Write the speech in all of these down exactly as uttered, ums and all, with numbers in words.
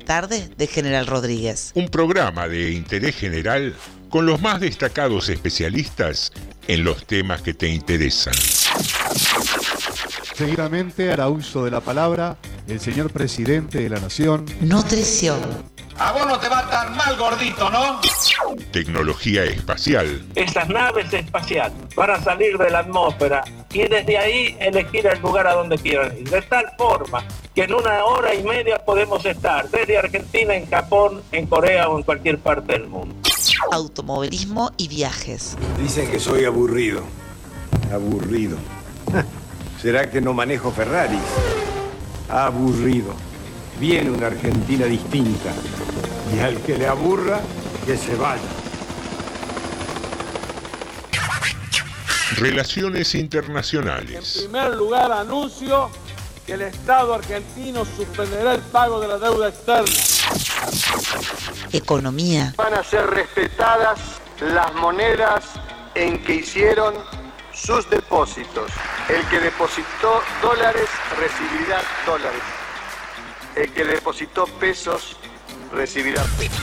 tarde de General Rodríguez. Un programa de interés general con los más destacados especialistas en los temas que te interesan. Seguidamente hará uso de la palabra el señor presidente de la Nación. Nutrición. A vos no te va tan mal, gordito, ¿no? Tecnología espacial. Esas naves espaciales van a salir de la atmósfera y desde ahí elegir el lugar a donde quieran ir. De tal forma que en una hora y media podemos estar desde Argentina, en Japón, en Corea o en cualquier parte del mundo. Automovilismo y viajes. Dicen que soy aburrido. Aburrido. ¿Será que no manejo Ferraris? Aburrido. Viene una Argentina distinta. Y al que le aburra, que se vaya. Relaciones internacionales. En primer lugar, anuncio que el Estado argentino suspenderá el pago de la deuda externa. Economía. Van a ser respetadas las monedas en que hicieron sus depósitos. El que depositó dólares recibirá dólares. El que depositó pesos recibirá pesos.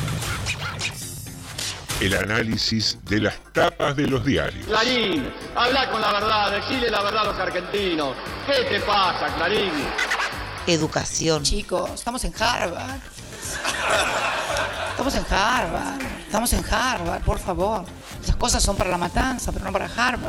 El análisis de las tapas de los diarios. Clarín, habla con la verdad, decile la verdad a los argentinos. ¿Qué te pasa, Clarín? Educación. Chicos, estamos en Harvard. Estamos en Harvard. Estamos en Harvard, por favor. Esas cosas son para la matanza, pero no para Harvard.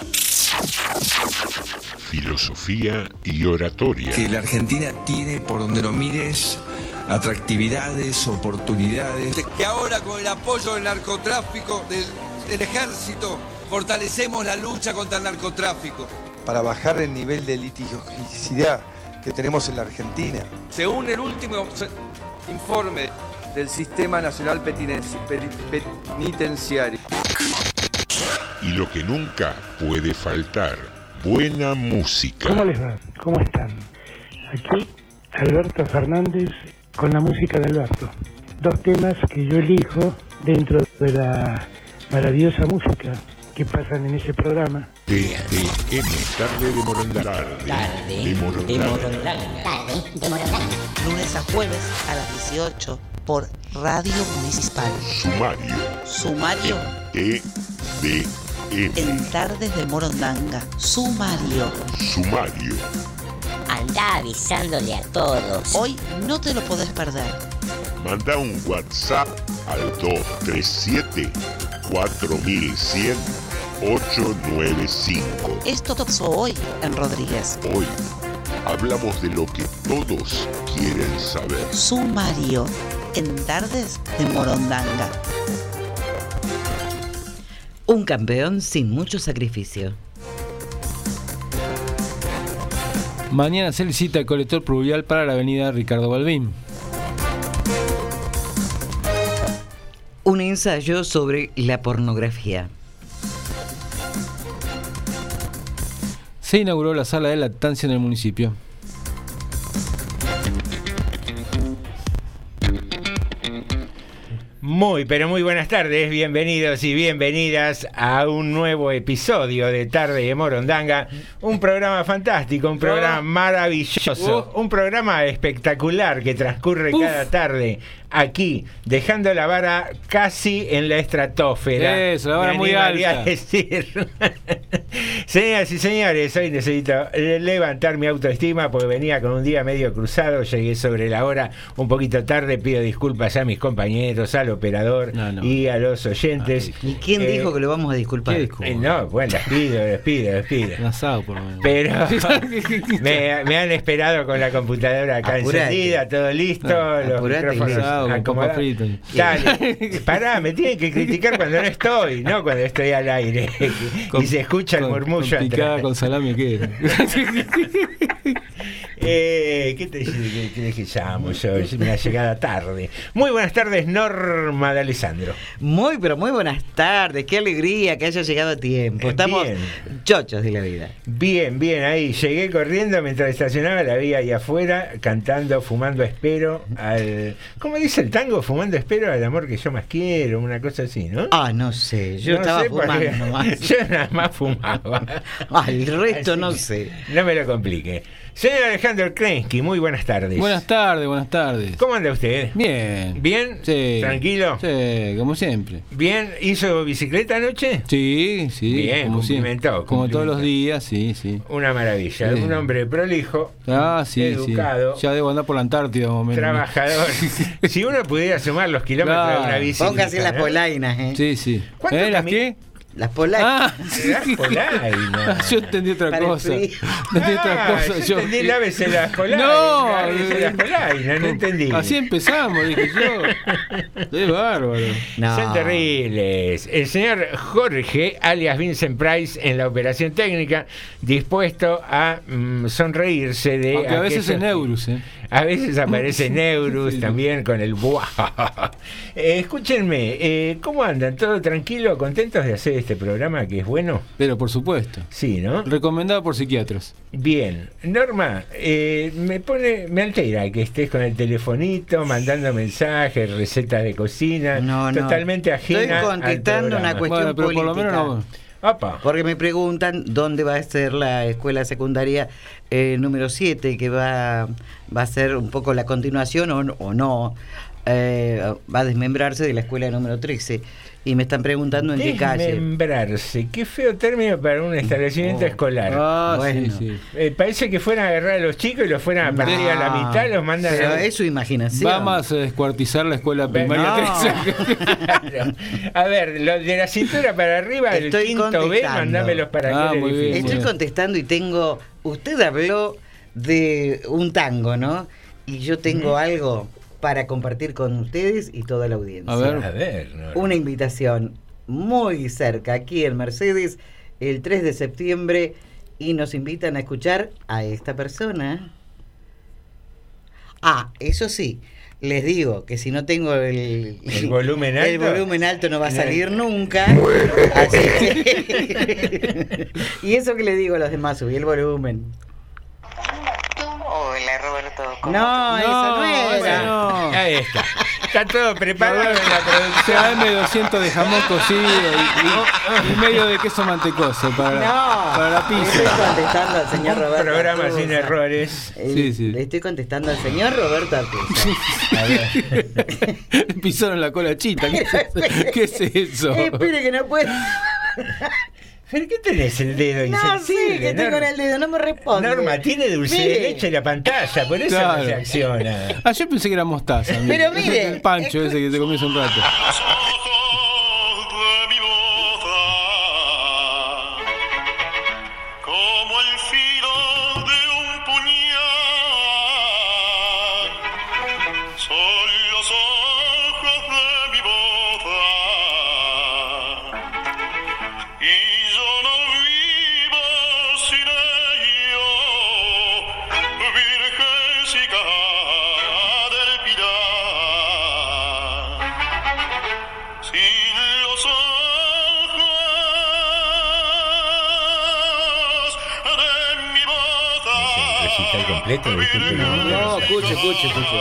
Filosofía y oratoria. Que la Argentina tiene, por donde lo mires, atractividades, oportunidades. Que ahora con el apoyo del narcotráfico, del, del ejército, fortalecemos la lucha contra el narcotráfico. Para bajar el nivel de litigiosidad que tenemos en la Argentina. Según el último informe del Sistema Nacional Penitenciario. Y lo que nunca puede faltar, buena música. ¿Cómo les va? ¿Cómo están? Aquí Alberto Fernández con la música de Alberto. Dos temas que yo elijo dentro de la maravillosa música que pasan en ese programa. T D M, Tarde de Morondanga. Tarde de Morondanga. Tarde de Morondanga. Lunes a jueves a las dieciocho por Radio Municipal. Sumario. Sumario. T D M. En Tardes de Morondanga. Sumario. Sumario. Andá avisándole a todos. Hoy no te lo podés perder. Manda un WhatsApp al dos tres siete, cuatro mil cien, ocho nueve cinco. Esto pasó hoy en Rodríguez. Hoy hablamos de lo que todos quieren saber. Sumario. En Tardes de Morondanga. Un campeón sin mucho sacrificio. Mañana se licita el colector pluvial para la avenida Ricardo Balbín. Un ensayo sobre la pornografía. Se inauguró la sala de lactancia en el municipio. Muy, pero muy buenas tardes, bienvenidos y bienvenidas a un nuevo episodio de Tarde de Morondanga, un programa fantástico, un programa maravilloso, un programa espectacular que transcurre Uf. cada tarde aquí, dejando la vara casi en la estratosfera. Eso, la vara muy alta. Decir. Señoras y señores, hoy necesito levantar mi autoestima porque venía con un día medio cruzado, llegué sobre la hora un poquito tarde, pido disculpas a mis compañeros, al operador no, no. y a los oyentes. ¿Y quién eh, dijo que lo vamos a disculpar? Eh, no, bueno, les pido, les pido, les pido. Un asado, por lo menos. Pero me, me han esperado con la computadora acá apurate. encendida, todo listo, no, los micrófonos acomodados. Dale, pará, me tienen que criticar cuando no estoy, no cuando estoy al aire. Con, y se escucha el murmullo. Con picada, con salami, ¿qué? eh, ¿Qué te qué, qué, qué llamo yo? Una llegada tarde. Muy buenas tardes, Norma de Alessandro. Muy, pero muy buenas tardes. Qué alegría que haya llegado a tiempo. Estamos bien. chochos de la vida. Bien, bien, ahí. Llegué corriendo mientras estacionaba, la vi ahí afuera, cantando, fumando espero al... ¿Cómo dice el tango? Fumando espero al amor que yo más quiero, una cosa así, ¿no? Ah, no sé. Yo no estaba sé fumando nomás. Yo nada más fumaba. Ah, el resto así, no sé. No me lo complique. Señor Alejandro Krensky, muy buenas tardes. Buenas tardes, buenas tardes. ¿Cómo anda usted? Bien. ¿Bien? Sí. ¿Tranquilo? Sí, como siempre. ¿Bien? ¿Hizo bicicleta anoche? Sí, sí. Bien, como cumplimentó. siempre. Como todos los días, sí, sí. Una maravilla. Sí. Un hombre prolijo, ah, sí, educado. Sí. Ya debo andar por la Antártida, más o menos. Trabajador. Si uno pudiera sumar los kilómetros claro. de una bicicleta. Póngase las ¿no? polainas, ¿eh? Sí, sí. ¿Cuánto ¿Eh, ¿Las cami- qué? Las polainas. Ah, Las polainas. Yo entendí otra Para el cosa. frío. Entendí otra Ah, cosa. yo entendí, lávese las polainas. No, lávese las polainas, no entendí. Así empezamos, dije yo. Es bárbaro. No. Son terribles. El señor Jorge, alias Vincent Price, en la operación técnica, dispuesto a mm, sonreírse de. Aunque a veces en Neurus, ¿eh? A veces aparece Neurus sí, también con el buah. Eh, escúchenme, eh, ¿cómo andan? ¿Todo tranquilo? ¿Contentos de hacer este programa que es bueno? Pero por supuesto. Sí, ¿no? Recomendado por psiquiatras. Bien. Norma, eh, me pone, me altera que estés con el telefonito, mandando mensajes, recetas de cocina, no, no. totalmente ajena. Estoy contestando una cuestión bueno, pero política. Por lo menos no. Opa. Porque me preguntan dónde va a ser la escuela secundaria eh, número siete, que va, va a ser un poco la continuación o, o no, eh, va a desmembrarse de la escuela número trece. Y me están preguntando en qué calle. Desmembrarse, qué feo término para un establecimiento oh. escolar. Ah, bueno. sí, sí. Eh, parece que fueran a agarrar a los chicos y los fueran a partir no, a la mitad, los mandan pero a... eso imaginación. Vamos a descuartizar la escuela primaria no. Claro. A ver, lo de la cintura para arriba, Estoy el quinto B, mandámelos para ah, aquel muy bien, edificio. Estoy contestando y tengo... Usted habló de un tango, ¿no? Y yo tengo mm. algo para compartir con ustedes y toda la audiencia. A ver, a ver no, una invitación muy cerca, aquí en Mercedes, el tres de septiembre, y nos invitan a escuchar a esta persona. Ah, eso sí, les digo que si no tengo el, el volumen alto, el volumen alto no va a salir nunca. Así que y eso que le digo a los demás, subí el volumen. Hola, Roberto. No, no, eso no era. No. Ahí está. Está todo preparado en la producción. A M doscientos de jamón cocido y, y, y medio de queso mantecoso para, no, para la pizza. Le estoy contestando al señor Roberto. Programa Artusa. Sin errores. El, sí, sí. Le estoy contestando al señor Roberto Artusa. A ver. Pisaron la cola chita. ¿Qué, es, ¿qué es eso? Espere que no puedo. ¿Pero qué tenés el dedo no, insensible? Sí, que tengo en el dedo, no me responde. Norma, tiene dulce mire. de leche en la pantalla, por eso claro. no se acciona. Ah, yo pensé que era mostaza. Pero mire. El pancho ese que te comí hace un rato. Completo, disculpe, no, no, escuche, escuche, escuche.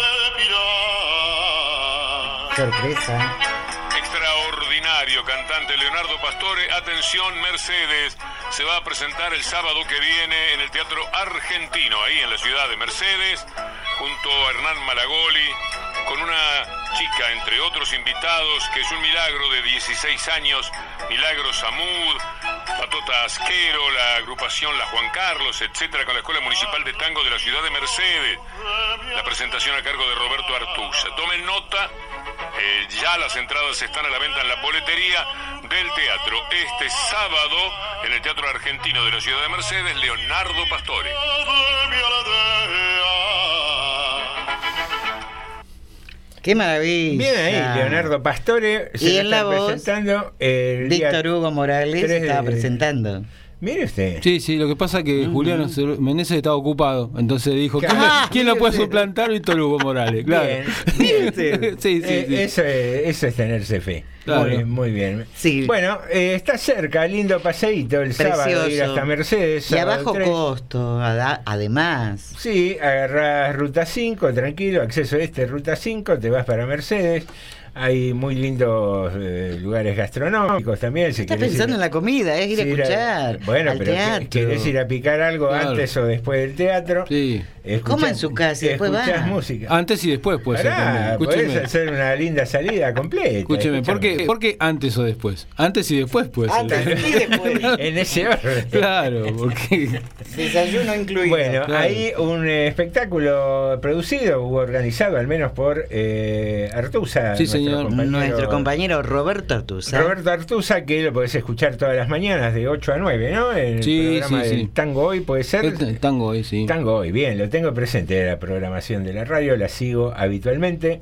Sorpresa. Extraordinario cantante Leonardo Pastore. Atención, Mercedes. Se va a presentar el sábado que viene en el Teatro Argentino, ahí en la ciudad de Mercedes, junto a Hernán Malagoli, con una chica, entre otros invitados, que es un milagro de dieciséis años, Milagro Samud, Patota Asquero, la agrupación La Juan Carlos, etcétera, con la Escuela Municipal de Tango de la ciudad de Mercedes. La presentación a cargo de Roberto Artusa. Tomen nota, eh, ya las entradas están a la venta en la boletería del teatro. Este sábado, en el Teatro Argentino de la ciudad de Mercedes, Leonardo Pastore. ¡Qué maravilla! Bien ahí, Leonardo Pastore. Se y en la voz, presentando el Víctor Hugo Morales de... estaba presentando. Mire usted. Sí, sí, lo que pasa es que uh-huh. Julián Meneses estaba ocupado, entonces dijo, ¿quién, ah, ¿quién lo puede suplantar? Víctor Hugo Morales, claro. Bien. sí, sí, eh, sí. Eso, es, eso es tenerse fe. Claro. Muy, muy bien. Sí. Bueno, eh, está cerca, lindo paseíto el Precioso. sábado, ir hasta Mercedes. Y a bajo costo, ad- además. Sí, agarrás Ruta cinco, tranquilo, acceso este, Ruta cinco, te vas para Mercedes. hay muy lindos eh, lugares gastronómicos también. Si Estás pensando ir, en la comida, es ir a escuchar. A, bueno, al pero teatro. ¿Querés ir a picar algo claro. antes o después del teatro? Sí. Coma en su casa y después escuchás va. música. Antes y después puede ser también. Podés hacer una linda salida completa. Escúcheme, ¿por qué, ¿por qué antes o después? Antes y después puede antes ser. Antes y después. En ese orden. Claro, porque... Desayuno incluido. Bueno, claro. hay un eh, espectáculo producido u organizado al menos por eh, Artusa. Sí, señor. Compañero, nuestro compañero Roberto Artusa. Roberto Artusa, que lo podés escuchar todas las mañanas de ocho a nueve, ¿no? En sí, el programa sí, del sí. Tango Hoy, ¿puede ser? El Tango Hoy, sí. Tango Hoy, bien, lo tengo presente la programación de la radio, la sigo habitualmente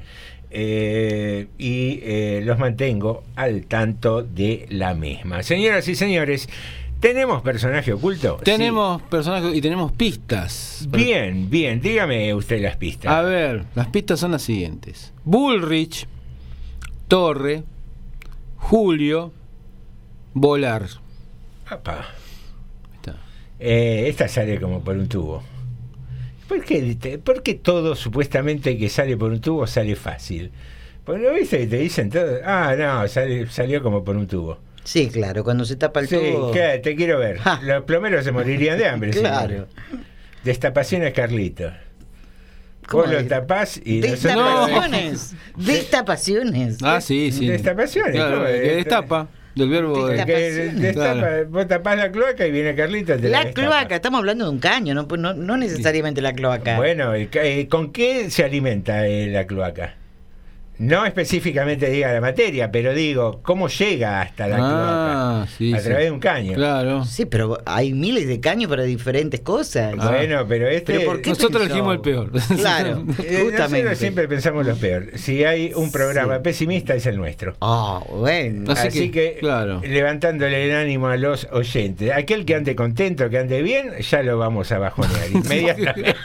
eh, y eh, los mantengo al tanto de la misma. Señoras y señores, ¿tenemos personaje oculto? Tenemos sí. personaje y tenemos pistas. Bien, bien, dígame usted las pistas. A ver, las pistas son las siguientes: Bullrich, Torre, Julio, Volar. Apa. Está. Eh, esta sale como por un tubo. ¿Por qué, ¿Por qué todo supuestamente que sale por un tubo sale fácil? Porque no viste que te dicen todo. Ah, no, sale, salió como por un tubo. Sí, claro, cuando se tapa el sí, tubo. Sí, te quiero ver. Ja. Los plomeros se morirían de hambre. Claro. Sí. Destapaciones Carlito. Vos lo tapás y... Destapaciones. No. Destapaciones. Ah, sí, sí. Destapaciones. Claro, que destapa. Del verbo de, que destapa, claro. Vos tapás la cloaca y viene Carlito. Te la, la cloaca, estamos hablando de un caño, no, no, no necesariamente la cloaca. Bueno, ¿con qué se alimenta eh, la cloaca? No específicamente diga la materia, pero digo, ¿cómo llega hasta la ah, cloaca? Sí, a sí. través de un caño. Claro. Sí, pero hay miles de caños para diferentes cosas. Ah. Bueno, pero este... ¿Pero por qué nosotros elegimos el peor. Claro, justamente. Nosotros siempre pensamos lo peor. Si hay un programa sí. pesimista, es el nuestro. Ah, oh, bueno. Así, Así que, que claro. levantándole el ánimo a los oyentes. Aquel que ande contento, que ande bien, ya lo vamos a bajonear inmediatamente.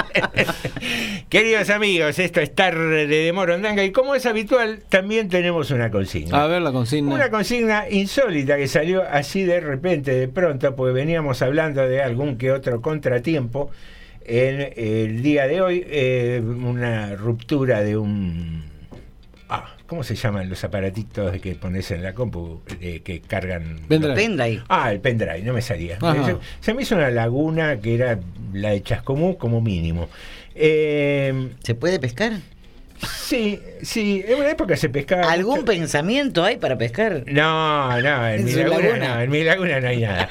Queridos amigos, esto es Tarde de Morondanga y como es habitual, también tenemos una consigna. A ver la consigna. Una consigna insólita que salió así de repente, de pronto, porque veníamos hablando de algún que otro contratiempo en el día de hoy, eh, una ruptura de un... Ah, ¿cómo se llaman los aparatitos que pones en la compu eh, que cargan? Pendrive. pendrive. Ah, el pendrive, no me salía. Se, se me hizo una laguna que era la de Chascomús como mínimo. Eh, ¿Se puede pescar? Sí, sí, en una época se pescaba. ¿Algún mucho. pensamiento hay para pescar? No, no, en, ¿En mi laguna, laguna no, en mi laguna no hay nada.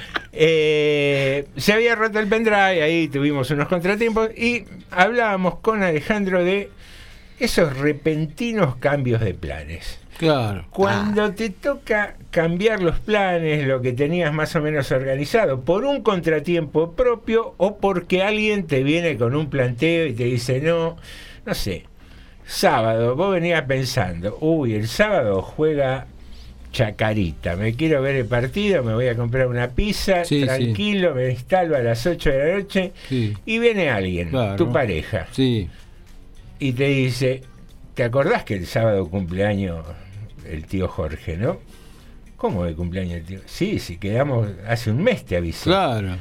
eh, se había roto el pendrive, ahí tuvimos unos contratiempos y hablábamos con Alejandro de esos repentinos cambios de planes. Claro. Cuando ah. te toca cambiar los planes, lo que tenías más o menos organizado, por un contratiempo propio o porque alguien te viene con un planteo y te dice, no, no sé, sábado, vos venías pensando, uy, el sábado juega Chacarita, me quiero ver el partido, me voy a comprar una pizza, sí, tranquilo, sí. me instalo a las ocho de la noche sí. y viene alguien, claro. tu pareja, sí. y te dice, ¿te acordás que el sábado cumpleaños el tío Jorge, no? ¿Cómo de cumpleaños el tío? Sí, sí, quedamos hace un mes, te avisé. Claro.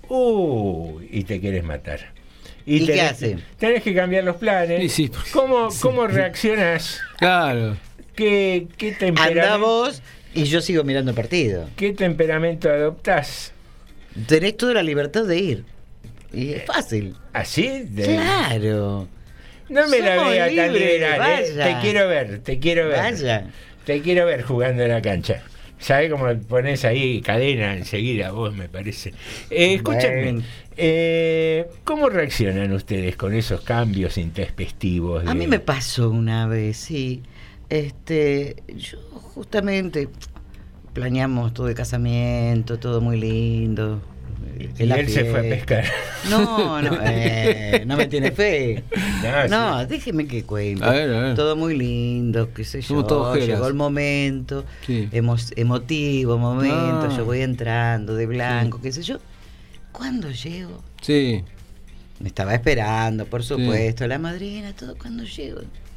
Uy, y te quieres matar. ¿Y, ¿Y tenés, qué hace? Tenés que cambiar los planes. Sí, sí, porque, ¿Cómo, sí. ¿Cómo reaccionás? Claro. ¿Qué, qué temperamento? Andá vos y yo sigo mirando el partido. ¿Qué temperamento adoptás? Tenés toda la libertad de ir. Y es fácil. ¿Así? De... Claro. No me Somos la vea tan libres, liberal, ¿eh? Te quiero ver, te quiero ver. Vaya. Te quiero ver jugando en la cancha. ¿Sabés cómo pones ahí cadena enseguida vos, me parece? Eh, escúchame, bueno. eh, ¿cómo reaccionan ustedes con esos cambios intempestivos? De... A mí me pasó una vez, sí. Este, yo justamente planeamos todo el casamiento, todo muy lindo. Y él se fue a pescar. No, no, eh, no me tiene fe. No, no sí. déjeme que cuente. A ver, a ver. Todo muy lindo, qué sé yo. Somos llegó el momento, sí. emo emotivo momento, ah. yo voy entrando de blanco, sí. qué sé yo. ¿Cuándo llego? Sí. Me estaba esperando, por supuesto, sí. la madrina, todo. Cuando llego,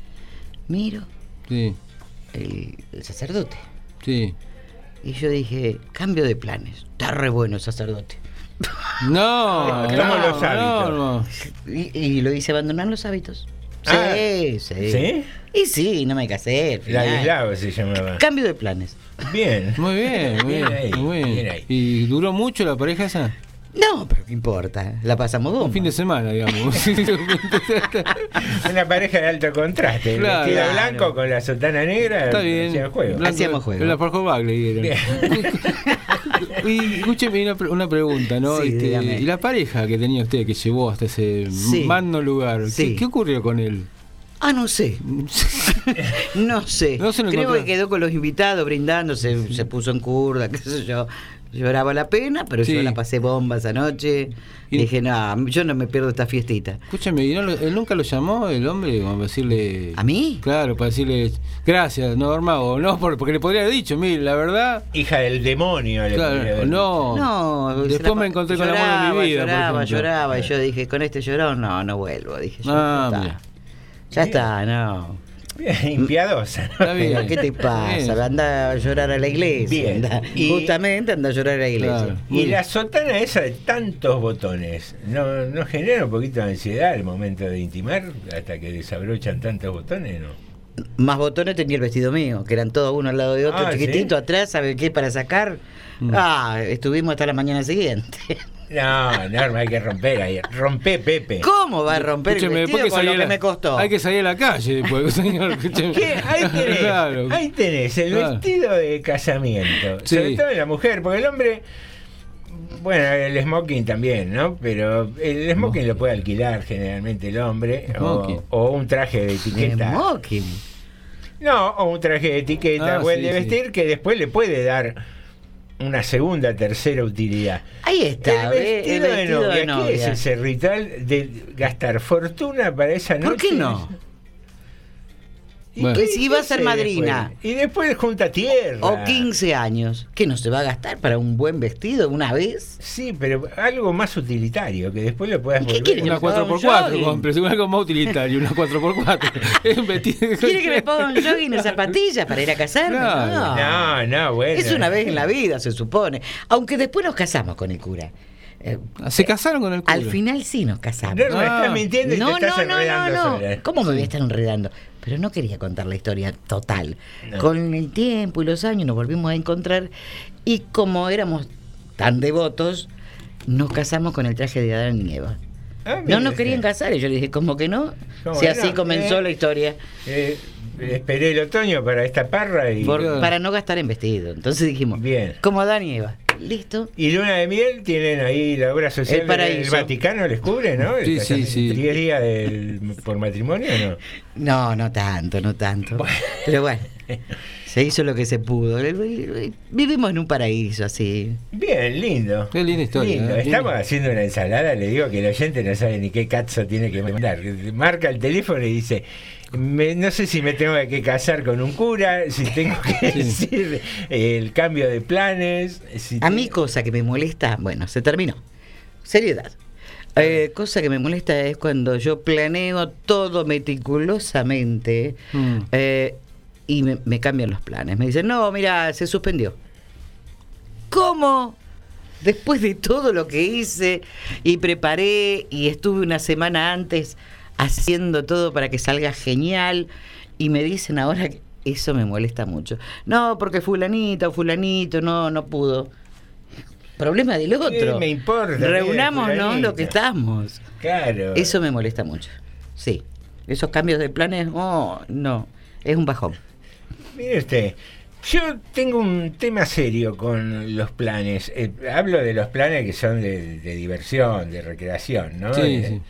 miro sí. el, el sacerdote. Sí. Y yo dije, cambio de planes. Está re bueno el sacerdote. No, no, no los hábitos. No, no. Y, y lo hice abandonar los hábitos. Ah, Sí, sí. ¿sí? Y sí, no me casé. al final. Ladislao se llamaba. Cambio de planes. Bien. Muy bien, muy bien. ahí, muy bien. bien ahí. ¿Y duró mucho la pareja esa? No, pero qué importa. La pasamos bomba. Un fin de semana, digamos. Una pareja de alto contraste. El Claro. vestido Claro. blanco con la sotana negra. Está bien. hacían juego. Blanco- Hacíamos juego. La Forjo Bagley era. Y escúcheme una, pre- una pregunta, ¿no? Sí, Este, dígame. y la pareja que tenía usted que llevó hasta ese Sí. magno lugar, Sí. ¿qué, qué ocurrió con él? Ah, no sé. No sé. No se lo Creo encontró. que quedó con los invitados brindando, se, se puso en curda, qué sé yo. Lloraba la pena, pero Sí. yo la pasé bomba esa noche. Y- Dije, no, yo no me pierdo esta fiestita. Escúchame, ¿y no lo- él nunca lo llamó el hombre como para decirle... ¿A mí? Claro, para decirle gracias, Norma, o no, por- porque le podría haber dicho, mire, la verdad... Hija del demonio. le podría Claro, haber no. No, se Después la- me encontré con el amor de lloraba, mi vida. por Lloraba, ejemplo. lloraba, y yo dije, con este llorón, no, no vuelvo. Dije yo, Ah, ya mira. está. Ya está, no. Bien, impiadosa, ¿no? Está bien. ¿Qué te pasa? Bien. Anda a llorar a la iglesia. Bien. anda- Y- justamente anda a llorar a la iglesia. Claro. Y la sotana esa de tantos botones, ¿no, no genera un poquito de ansiedad al momento de intimar hasta que desabrochan tantos botones? ¿No? Más botones tenía el vestido mío, que eran todos uno al lado de otro, Ah, chiquitito ¿sí? atrás, ¿sabe qué? Para sacar. Mm. Ah, estuvimos hasta la mañana siguiente. No, Norma, hay que romper ahí. Rompe, Pepe. ¿Cómo va a romper el Escúcheme, vestido después con salí lo a que la- me costó? Hay que salir a la calle después, señor. escúcheme. ¿Qué? Ahí tenés, Claro. ahí tenés el Claro. vestido de casamiento. Sí. Sobre todo en la mujer, porque el hombre, bueno, el smoking también, ¿no? Pero el smoking lo puede alquilar generalmente el hombre, Smoking. o, o un traje de etiqueta. Smoking. No, o un traje de etiqueta Ah, o el sí, de sí. vestir que después le puede dar una segunda, tercera utilidad. Ahí está, El ¿ve? vestido, El de vestido novia, de ¿qué novia. es ese ritual de gastar fortuna para esa noche? ¿Por qué no? ¿Y Bueno. qué- Que si qué va a ser hace madrina. después? Y después junta tierra. O quince años. ¿Qué no se va a gastar para un buen vestido una vez? Sí, pero algo más utilitario, que después lo puedas ¿Y qué volver. quiere que Una me ponga cuatro un por cuatro, jogging? compre, algo más utilitario, una cuatro por cuatro. Es un vestido- ¿Quiere que me ponga un jogging y zapatillas para ir a casarme? Claro. No. No, no, bueno. Es una vez en la vida, se supone. Aunque después nos casamos con el cura. Eh, Se casaron con el cura. al final sí nos casamos. Norma, Ah. estás mintiendo y No, te estás no, no, enredando no, no. sola. ¿Cómo me voy a estar enredando? Pero no quería contar la historia total. No. Con el tiempo y los años nos volvimos a encontrar y como éramos tan devotos, nos casamos con el traje de Adán y Eva. Ah, No mire nos usted. querían casar y yo le dije, ¿cómo que no? ¿Cómo Si que así no? comenzó Eh. la historia. Eh, esperé el otoño para esta parra y. Por- para no gastar en vestido. Entonces dijimos, Bien. como Adán y Eva. Listo. Y luna de miel tienen ahí la obra social El paraíso. del Vaticano, les cubre, ¿no? Sí, El sí, casamiento. sí. ¿Diez días del- por matrimonio no? No, no tanto, no tanto. Pero bueno, se hizo lo que se pudo. Vivimos en un paraíso así. Bien, lindo. Qué linda historia. Lindo. ¿eh? Estamos haciendo una ensalada, le digo que el oyente no sabe ni qué cazzo tiene que mandar. Marca el teléfono y dice, me- no sé si me tengo que casar con un cura, si tengo que decir eh, el cambio de planes. Si A mí cosa que me molesta, bueno, se terminó. Seriedad. Eh, cosa que me molesta es cuando yo planeo todo meticulosamente Mm. eh, y me, me cambian los planes. Me dicen, no, mira, se suspendió. ¿Cómo? Después de todo lo que hice y preparé y estuve una semana antes haciendo todo para que salga genial y me dicen ahora que eso me molesta mucho. No, porque fulanita o fulanito no, no pudo. Problema del otro. ¿Qué me importa? Reunámonos Fulanita. lo que estamos. Claro. Eso me molesta mucho. Sí. Esos cambios de planes, oh, no. Es un bajón. Mire usted, yo tengo un tema serio con los planes. Eh, hablo de los planes que son de, de diversión, de recreación, ¿no? Sí, Eh, sí.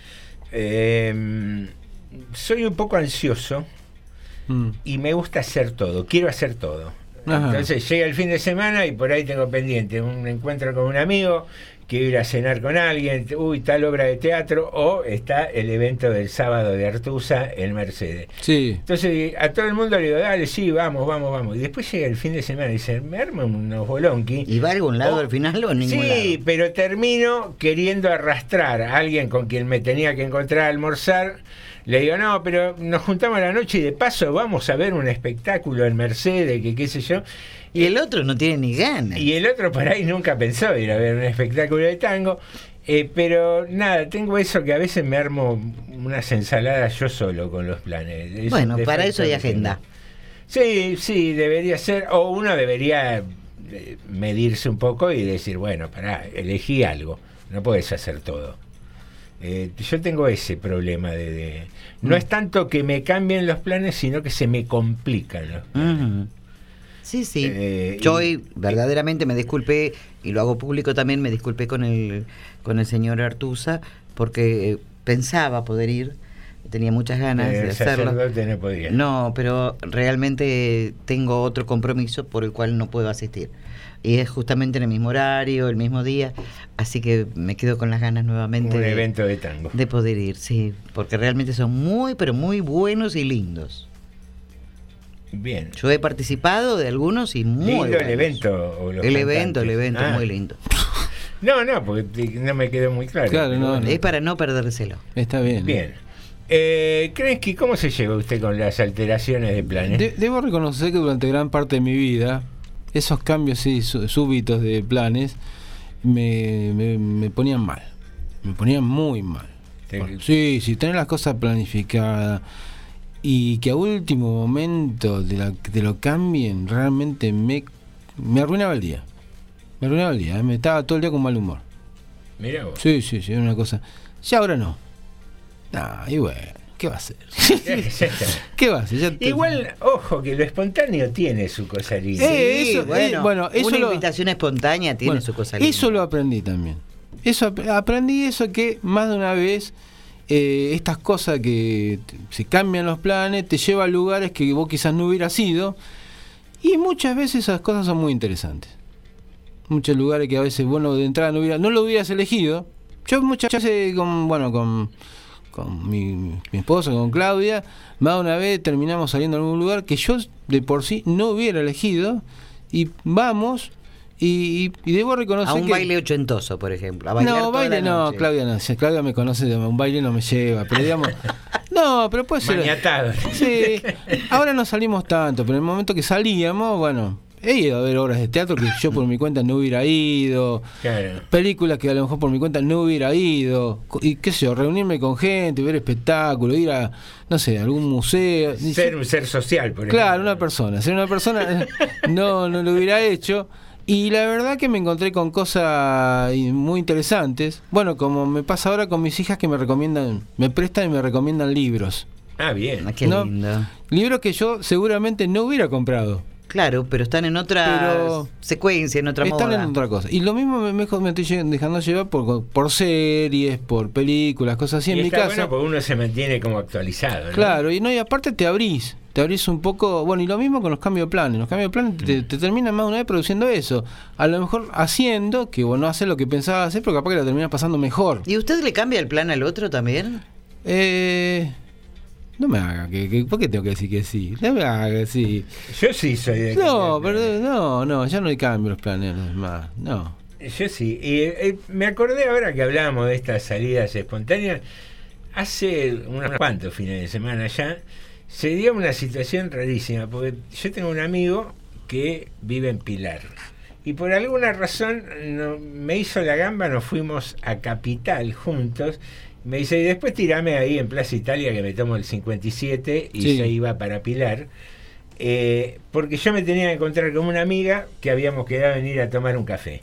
eh, soy un poco ansioso Mm. y me gusta hacer todo, quiero hacer todo. Ajá. Entonces llega el fin de semana y por ahí tengo pendiente un encuentro con un amigo, quiero ir a cenar con alguien, uy, tal obra de teatro, o está el evento del sábado de Artusa en Mercedes. Sí. Entonces a todo el mundo le digo, dale, sí, vamos, vamos, vamos. Y después llega el fin de semana y dice, me arma unos bolonqui. ¿Y va a algún lado O- al final o en ningún Sí, lado? pero termino queriendo arrastrar a alguien con quien me tenía que encontrar a almorzar. Le digo, no, pero nos juntamos a la noche y de paso vamos a ver un espectáculo en Mercedes, que qué sé yo. Y el otro no tiene ni ganas. Y el otro por ahí nunca pensó ir a ver un espectáculo de tango. Eh, pero nada, tengo eso que a veces me armo unas ensaladas yo solo con los planes. Es bueno, para eso hay agenda. Sí, sí, debería ser, o uno debería medirse un poco y decir, bueno, pará, elegí algo, no puedes hacer todo. Eh, yo tengo ese problema de, de no mm. es tanto que me cambien los planes, sino que se me complican los planes. Uh-huh. Sí, sí. Eh, yo y, hoy verdaderamente me disculpé, y lo hago público también, me disculpé con el con el señor Artusa, porque pensaba poder ir, tenía muchas ganas eh, de hacerlo. No, podía. No, pero realmente tengo otro compromiso por el cual no puedo asistir. Y es justamente en el mismo horario, el mismo día, así que me quedo con las ganas nuevamente. Un de, evento de tango. De poder ir, sí, porque realmente son muy, pero muy buenos y lindos. Bien. Yo he participado de algunos y muy lindo buenos. el evento. O los el cantantes. evento, el evento, ah. muy lindo. No, no, porque no me quedó muy claro. Claro, no, no. Es para no perdérselo. Está bien. Bien. Eh, Krensky, ¿cómo se lleva usted con las alteraciones de planes? De, debo reconocer que durante gran parte de mi vida, esos cambios sí, súbitos de planes me, me, me ponían mal. Me ponían muy mal. Bueno, sí, sí, tener las cosas planificadas y que a último momento de la, te lo cambien, realmente me, me arruinaba el día. Me arruinaba el día, ¿eh? Me estaba todo el día con mal humor. Mirá vos. Sí, sí, sí, era una cosa. Ya ahora no. Ah, y bueno, ¿qué va a hacer? ¿Qué va a hacer? Ya te... Igual, ojo, que lo espontáneo tiene su cosa linda. Eh, sí, eso, bueno, eh, bueno, eso una lo... invitación espontánea tiene bueno, su cosa linda. Eso lo aprendí también. Eso aprendí eso que más de una vez eh, estas cosas que se cambian los planes te lleva a lugares que vos quizás no hubieras ido, y muchas veces esas cosas son muy interesantes. Muchos lugares que a veces bueno de entrada no hubiera, no lo hubieras elegido. Yo muchas veces con bueno con con mi, mi esposa, con Claudia, más de una vez terminamos saliendo a algún lugar que yo de por sí no hubiera elegido, y vamos y, y debo reconocer a un que, baile ochentoso, por ejemplo, a bailar no, baile no, Claudia no, si Claudia me conoce, a un baile no me lleva, pero digamos, no, pero puede ser maniatado. Sí, ahora no salimos tanto, pero en el momento que salíamos, bueno, he ido a ver obras de teatro que yo por mi cuenta no hubiera ido, claro. Películas que a lo mejor por mi cuenta no hubiera ido, y qué sé yo, reunirme con gente, ver espectáculos, ir a, no sé, a algún museo. Ser un ser social, por ejemplo. Claro, una persona, ser una persona no, no lo hubiera hecho. Y la verdad que me encontré con cosas muy interesantes. Bueno, como me pasa ahora con mis hijas que me recomiendan, me prestan y me recomiendan libros. Ah, bien. Ah, qué ¿no? lindo. Libros que yo seguramente no hubiera comprado. Claro, pero están en otra pero secuencia, en otra están moda. Están en otra cosa. Y lo mismo me, me, me estoy dejando llevar por, por series, por películas, cosas así y en mi está casa. Bueno, porque uno se mantiene como actualizado, ¿no? Claro, y no, y aparte te abrís. Te abrís un poco, bueno, y lo mismo con los cambios de planes. Los cambios de planes te, te terminan más de una vez produciendo eso. A lo mejor haciendo que vos no haces lo que pensabas hacer, pero capaz que la terminas pasando mejor. ¿Y usted le cambia el plan al otro también? Eh... No me haga que, que... ¿Por qué tengo que decir que sí? No me haga que sí. Yo sí soy de... No, pero no, no, ya no hay cambio los planes más, no. Yo sí. Y eh, me acordé ahora que hablábamos de estas salidas espontáneas. Hace unos cuantos fines de semana ya se dio una situación rarísima, porque yo tengo un amigo que vive en Pilar y por alguna razón no, me hizo la gamba, nos fuimos a Capital juntos, me dice, y después tirame ahí en Plaza Italia que me tomo el cincuenta y siete y sí. yo iba para Pilar, eh, porque yo me tenía que encontrar con una amiga que habíamos quedado en ir a tomar un café.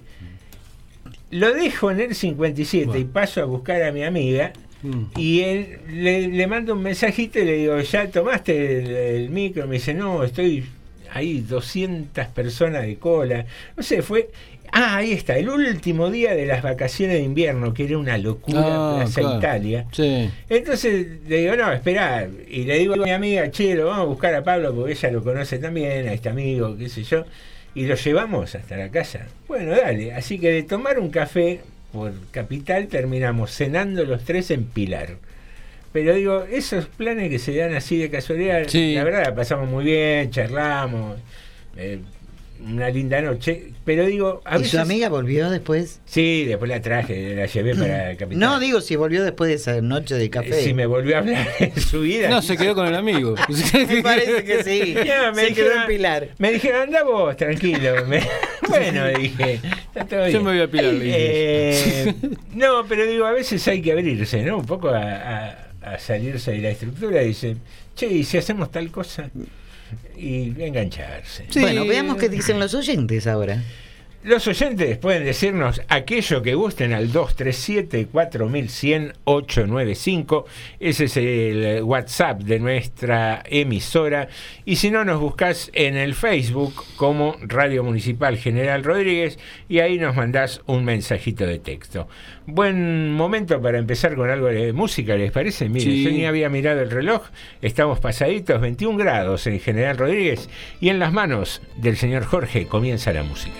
Lo dejo en el cincuenta y siete bueno. y paso a buscar a mi amiga. Y él le, le mando un mensajito y le digo, ¿ya tomaste el, el micro? Me dice, no, estoy ahí doscientas personas de cola. No sé, fue... Ah, ahí está, el último día de las vacaciones de invierno, que era una locura, ah, Plaza claro. Italia. Sí. Entonces le digo, no, espera. Y le digo a mi amiga, che, lo vamos a buscar a Pablo porque ella lo conoce también, a este amigo, qué sé yo. Y lo llevamos hasta la casa. Bueno, dale. Así que de tomar un café por Capital terminamos cenando los tres en Pilar. Pero digo, esos planes que se dan así de casualidad, sí. la verdad la pasamos muy bien, charlamos, eh, una linda noche, pero digo... A ¿Y veces... su amiga volvió después? Sí, después la traje, la llevé para el Capital. No, digo, si volvió después de esa noche de café. Si me volvió a hablar en su vida. No, se quedó con el amigo. Me parece que sí. No, me se dijeron, quedó en Pilar. Me dijeron, anda vos, tranquilo. Me... Bueno, dije, está todo bien. Yo me voy a Pilar. Eh, no, pero digo, a veces hay que abrirse, ¿no? Un poco a, a, a salirse de la estructura y dice, che, ¿y si hacemos tal cosa? Y engancharse. Sí. Bueno, veamos qué dicen los oyentes ahora. Los oyentes pueden decirnos aquello que gusten al dos tres siete, cuatro uno cero cero, ocho nueve cinco. Ese es el WhatsApp de nuestra emisora. Y si no, nos buscás en el Facebook como Radio Municipal General Rodríguez y ahí nos mandás un mensajito de texto. Buen momento para empezar con algo de música, ¿les parece? Miren, Sí. yo ni había mirado el reloj. Estamos pasaditos, veintiún grados en General Rodríguez y en las manos del señor Jorge comienza la música.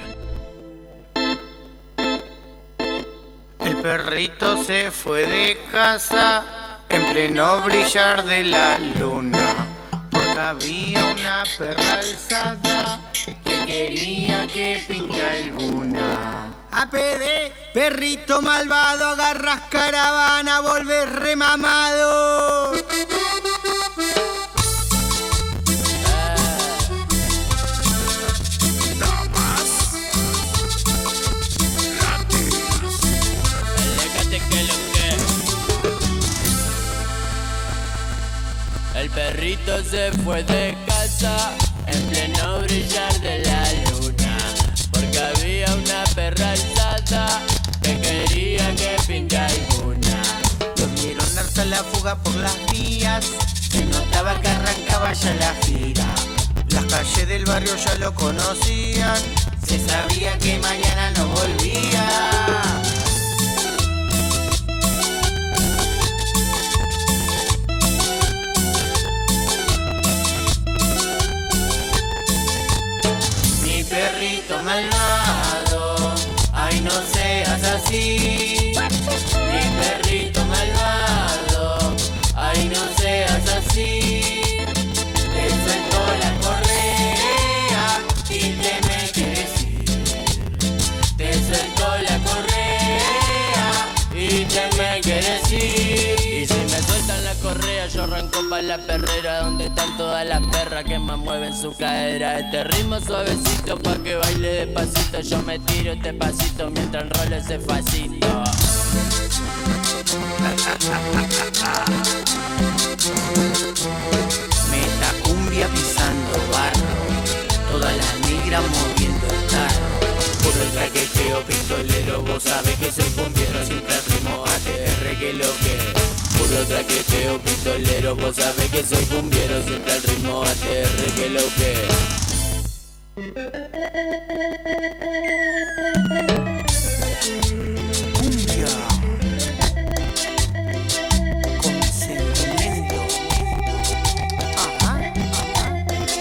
El perrito se fue de casa en pleno brillar de la luna, porque había una perra alzada que quería que pinte alguna. A P D, perrito malvado, agarras caravana, volves remamado. El perrito se fue de casa en pleno brillar de la luna, porque había una perra alzada que quería que pinte alguna. Lo vieron darse la fuga por las vías, se notaba que arrancaba ya la gira. Las calles del barrio ya lo conocían, se sabía que mañana no volvía. Perrito malvado, ay no seas así. Mi perrito malvado, ay no seas así. Te suelto la correa y te me quieres ir. Te suelto la correa y te me quieres ir. Y si me sueltan la correa yo arranco pa' la perrera, donde están todas las perras que más mueven su cadera. Este ritmo suavecito pa' que baile despacito, yo me tiro este pasito mientras enrolo ese facito. Meta cumbia pisando barro, todas las negras moviendo el tarro. Puro traqueteo pistolero, vos sabés que soy cumbiero, siempre rimo A T R que lo que. Puro traqueteo pistolero, vos sabés que soy cumbiero, siempre el ritmo A T R que lo que. Cumbia con sentimiento. Ajá, ajá.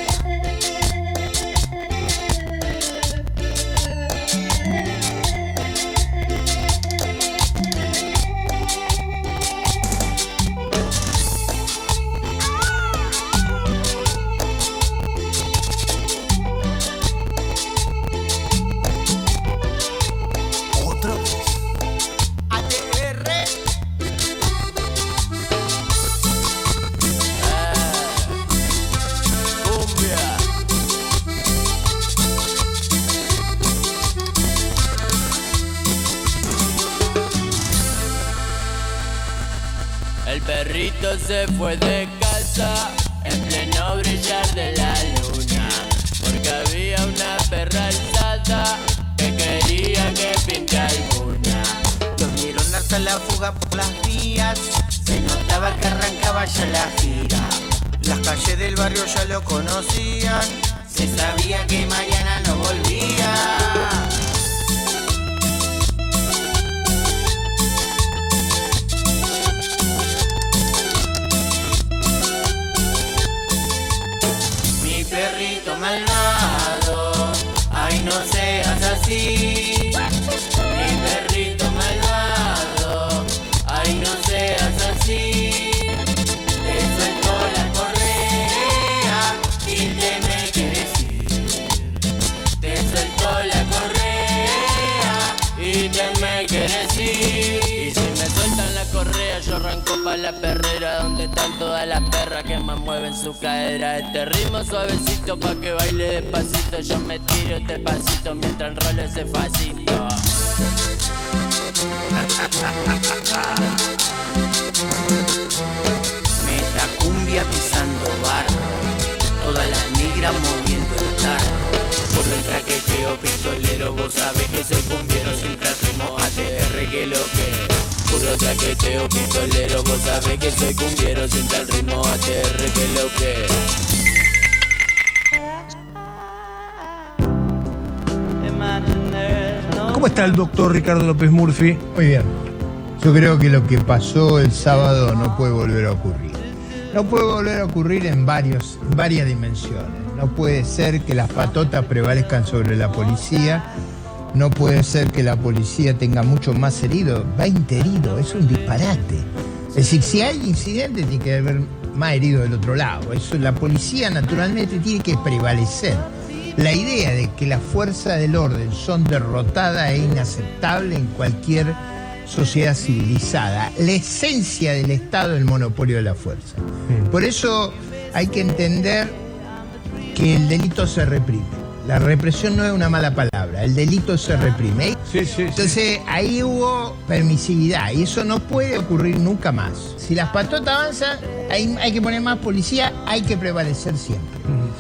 perrito se fue de casa en pleno brillar de la luna, porque había una perra alzada que quería que pinte alguna. Lo vieron darse la fuga por las vías, se notaba que arrancaba ya la gira. Las calles del barrio ya lo conocían, se sabía que mañana no volvía. Perrito malvado, ay no seas así. Mi perrito malvado, ay no seas así. Te suelto la correa y te me quieres ir. Te pa' la perrera donde están todas las perras que más mueven su cadera. Este ritmo suavecito pa' que baile despacito. Yo me tiro este pasito mientras enrolo ese facito. Meta cumbia pisando barro, todas las negras moviendo el tarro. Por el traqueteo pistolero, vos sabés que soy cumbiero, siempre al ritmo A T R que lo que. Puro traqueteo pistolero, vos sabés que soy cumbiero, siempre al ritmo A T R que lo que. ¿Cómo está el doctor Ricardo López Murphy? Muy bien. Yo creo que lo que pasó el sábado no puede volver a ocurrir. No puede volver a ocurrir en varios, varias dimensiones. No puede ser que las patotas prevalezcan sobre la policía. No puede ser que la policía tenga mucho más heridos. veinte heridos, es un disparate. Es decir, si hay incidentes, tiene que haber más heridos del otro lado. Eso, la policía naturalmente tiene que prevalecer. La idea de que las fuerzas del orden son derrotadas es inaceptable en cualquier sociedad civilizada. La esencia del Estado es el monopolio de la fuerza. Por eso hay que entender que el delito se reprime. La represión no es una mala palabra, el delito se reprime. Sí, sí, Entonces sí. ahí hubo permisividad y eso no puede ocurrir nunca más. Si las patotas avanzan, hay, hay que poner más policía, hay que prevalecer siempre.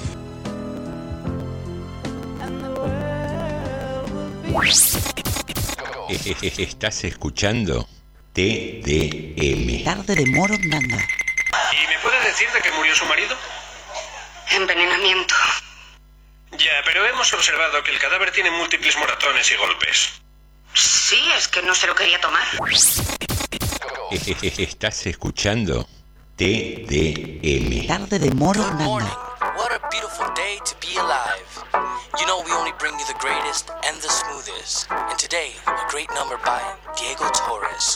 Estás escuchando T D M. Tarde de Morondanga. ¿Y me puede decir de qué murió su marido? Envenenamiento. Ya, pero hemos observado que el cadáver tiene múltiples moratones y golpes. Sí, es que no se lo quería tomar. Estás escuchando T D M. Tarde de Morondanga. What a beautiful day to be alive. You know we only bring you the greatest and the smoothest. And today, a great number by Diego Torres.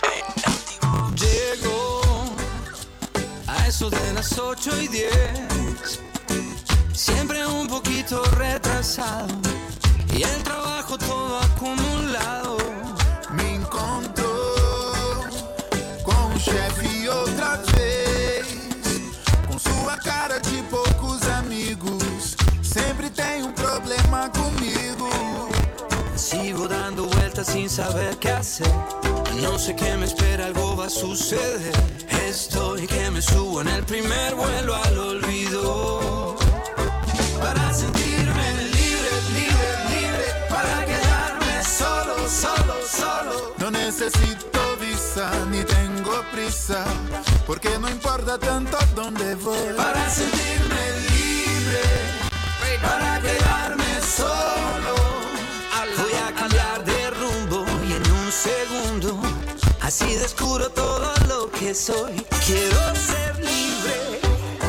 Llego a eso de las ocho y diez, siempre un poquito retrasado, y el trabajo todo acumulado. Me encontró com o chefe outra vez, com sua cara de poucos amigos. Sempre tem um problema comigo. Sigo dando vueltas sin saber qué hacer. No sé qué me espera, algo va a suceder. Estoy que me subo en el primer vuelo al olvido. Para sentirme libre, libre, libre. Para quedarme solo, solo, solo. No necesito visa, ni tengo prisa, porque no importa tanto dónde voy. Para sentirme libre, para quedarme solo. Voy a cambiar de rumbo y en un segundo así descubro todo lo que soy. Quiero ser libre.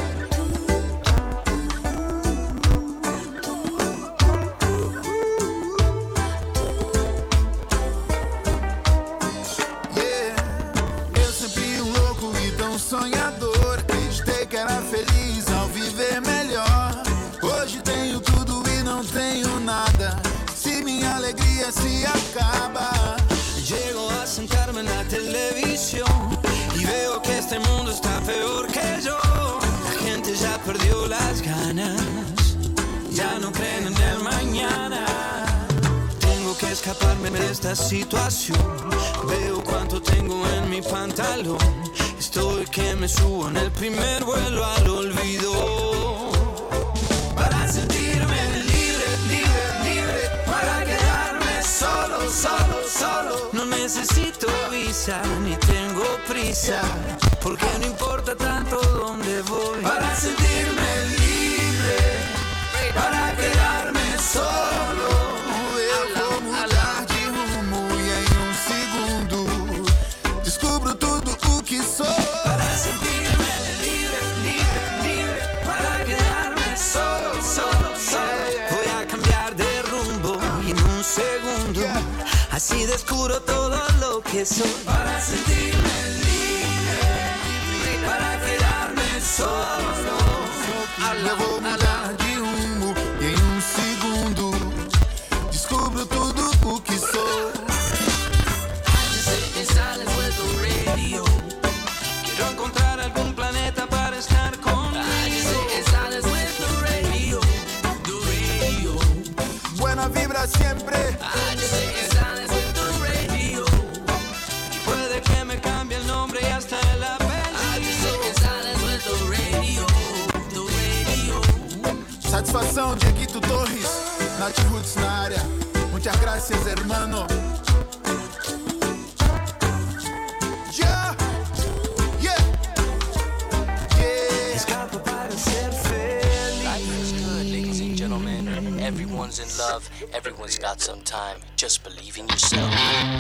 Yeah. Eu sempre um louco e tão sonhador. Acreditei que era feliz ao viver melhor. Hoje tenho tudo e não tenho nada. Si minha alegria se acaba. Llego a sentarme en la televisión y veo que este mundo está peor que yo. La gente ya perdió las ganas, ya no creen en el mañana. Tengo que escaparme de esta situación. Veo cuánto tengo en mi pantalón. Estoy que me subo en el primer vuelo al olvido. Para sentirme libre, libre, libre. Para quedarme solo, solo, solo. No necesito visa ni tengo prisa, porque no importa tanto dónde voy. Para sentirme libre, para quedarme solo. Eu vou mudar de rumo e em um segundo descubro tudo o que sou. Para sentirme libre, libre, libre. Para quedarme solo, solo, solo. Voy a cambiar de rumbo y en un segundo así descubro todo lo que soy. Para sentirme libre, para quedarme solo. Eu vou mudar de rumo e em um segundo descubro tudo o que sou. I just sit in silence with the radio. Get Satisfação, Dieguito Torres, Nath Roots na área. Muchas gracias, hermano. Yeah, yeah, yeah. Escapo para ser feliz. Life is good, ladies and gentlemen. Everyone's in love, everyone's got some time. Just believe in yourself.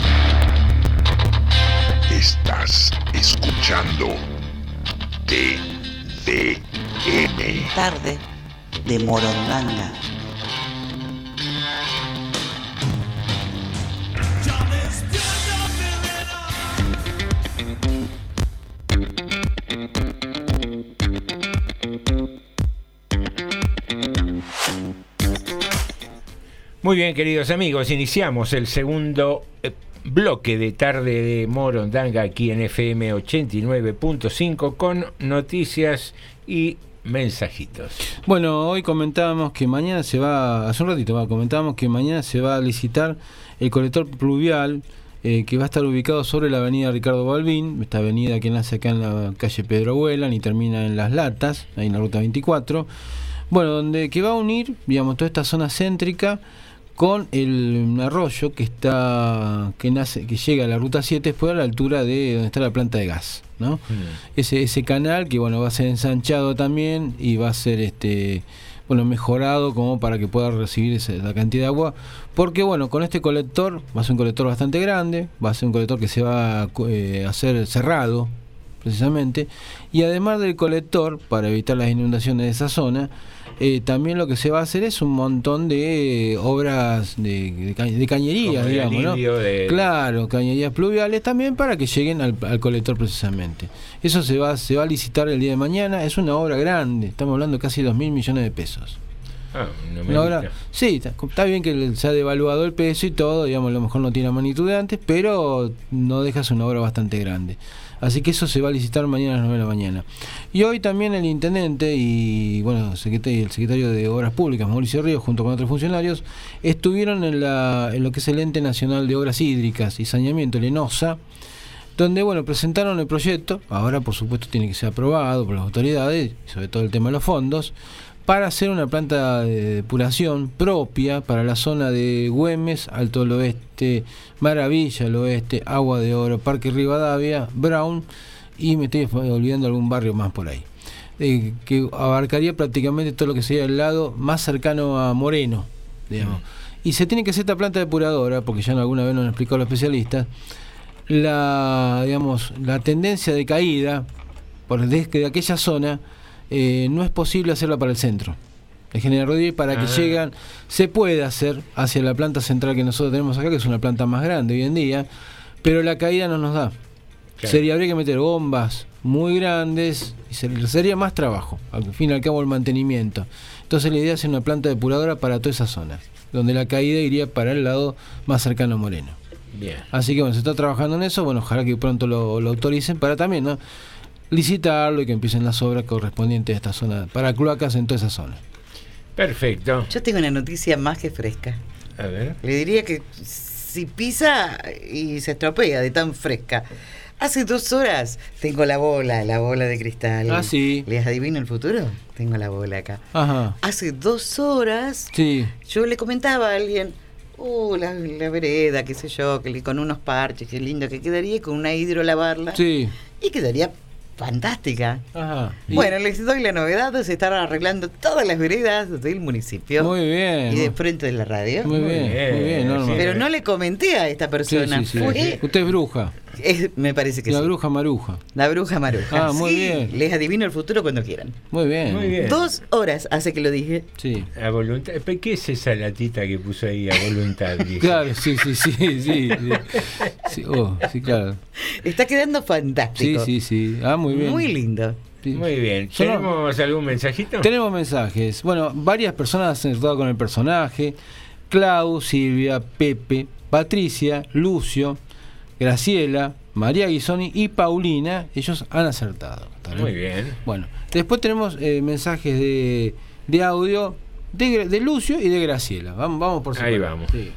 Estás escuchando T D M. Tarde de Morondanga. Muy bien, queridos amigos, iniciamos el segundo eh, bloque de Tarde de Morondanga aquí en F M ochenta y nueve punto cinco con noticias y mensajitos. Bueno, hoy comentábamos que mañana se va, hace un ratito va, comentábamos que mañana se va a licitar el colector pluvial eh, que va a estar ubicado sobre la avenida Ricardo Balbín, esta avenida que nace acá en la calle Pedro Abuela y termina en Las Latas, ahí en la ruta veinticuatro. Bueno, donde que va a unir, digamos, toda esta zona céntrica con el arroyo que está que nace que llega a la ruta siete después a la altura de donde está la planta de gas, ¿no? Mm. Ese ese canal que bueno va a ser ensanchado también y va a ser este bueno mejorado como para que pueda recibir esa, la cantidad de agua, porque bueno, con este colector va a ser un colector bastante grande, va a ser un colector que se va a eh, hacer cerrado precisamente, y además del colector para evitar las inundaciones de esa zona, Eh, también lo que se va a hacer es un montón de eh, obras de, de, ca de cañerías, como digamos, ¿no? De... Claro, cañerías pluviales también para que lleguen al, al colector precisamente. Eso se va, se va a licitar el día de mañana. Es una obra grande, estamos hablando de casi dos mil millones de pesos. Ah, no me una obra, sí, está, está bien que se ha devaluado el peso y todo, digamos, a lo mejor no tiene la magnitud de antes, pero no dejas una obra bastante grande. Así que eso se va a licitar mañana a las nueve de la mañana. Y hoy también el intendente y bueno, el secretario, el secretario de Obras Públicas, Mauricio Ríos, junto con otros funcionarios, estuvieron en, la, en lo que es el Ente Nacional de Obras Hídricas y Saneamiento, el ENOSA, donde bueno presentaron el proyecto. Ahora por supuesto tiene que ser aprobado por las autoridades, sobre todo el tema de los fondos, para hacer una planta de depuración propia para la zona de Güemes, Alto del Oeste, Maravilla del Oeste, Agua de Oro, Parque Rivadavia, Brown, y me estoy olvidando algún barrio más por ahí, eh, que abarcaría prácticamente todo lo que sería el lado más cercano a Moreno, digamos. Mm. Y se tiene que hacer esta planta depuradora, porque ya alguna vez nos lo explicó los especialistas, la, digamos, la tendencia de caída por desde aquella zona. Eh, no es posible hacerla para el centro de General Rodríguez, para ah. que llegan, se puede hacer hacia la planta central que nosotros tenemos acá, que es una planta más grande hoy en día, pero la caída no nos da. Claro. Sería, habría que meter bombas muy grandes y sería más trabajo, al fin y al cabo el mantenimiento. Entonces la idea es hacer una planta depuradora para toda esa zona, donde la caída iría para el lado más cercano a Moreno. Bien. Así que bueno, se está trabajando en eso, bueno, ojalá que pronto lo, lo autoricen para también, ¿no?, licitarlo y que empiecen las obras correspondientes a esta zona, para cloacas en toda esa zona. Perfecto. Yo tengo una noticia más que fresca. A ver. Le diría que si pisa y se estropea de tan fresca. Hace dos horas tengo la bola, la bola de cristal. Ah, sí. ¿Les adivino el futuro? Tengo la bola acá. Ajá. Hace dos horas sí. yo le comentaba a alguien, uh, la, la vereda, qué sé yo, que con unos parches, qué lindo que quedaría, con una hidro lavarla. Sí. Y quedaría fantástica. Ajá. Bueno, les doy la novedad, se están arreglando todas las veredas del municipio. Muy bien. Y de frente de la radio. Muy bien, muy bien. Muy bien no, Pero no le comenté a esta persona. Sí, sí, sí. Fue... Usted es bruja. Es, me parece que la sí. La bruja maruja. La bruja maruja. Ah, muy sí, bien. Les adivino el futuro cuando quieran. Muy bien. Muy bien. Dos horas hace que lo dije. Sí. A voluntad. ¿Qué es esa latita que puso ahí a voluntad? Claro, sí, sí, sí, sí. Sí, sí. Oh, sí, claro. Está quedando fantástico. Sí, sí, sí. Ah, muy bien. Muy lindo. Sí. Muy bien. ¿Tenemos Solo, algún mensajito? Tenemos mensajes. Bueno, varias personas han acertado con el personaje. Clau, Silvia, Pepe, Patricia, Lucio, Graciela, María Guisoni y Paulina. Ellos han acertado. Muy bien. Bueno, después tenemos eh, mensajes de, de audio de, de Lucio y de Graciela. Vamos, vamos por separado. Ahí vamos. Sí.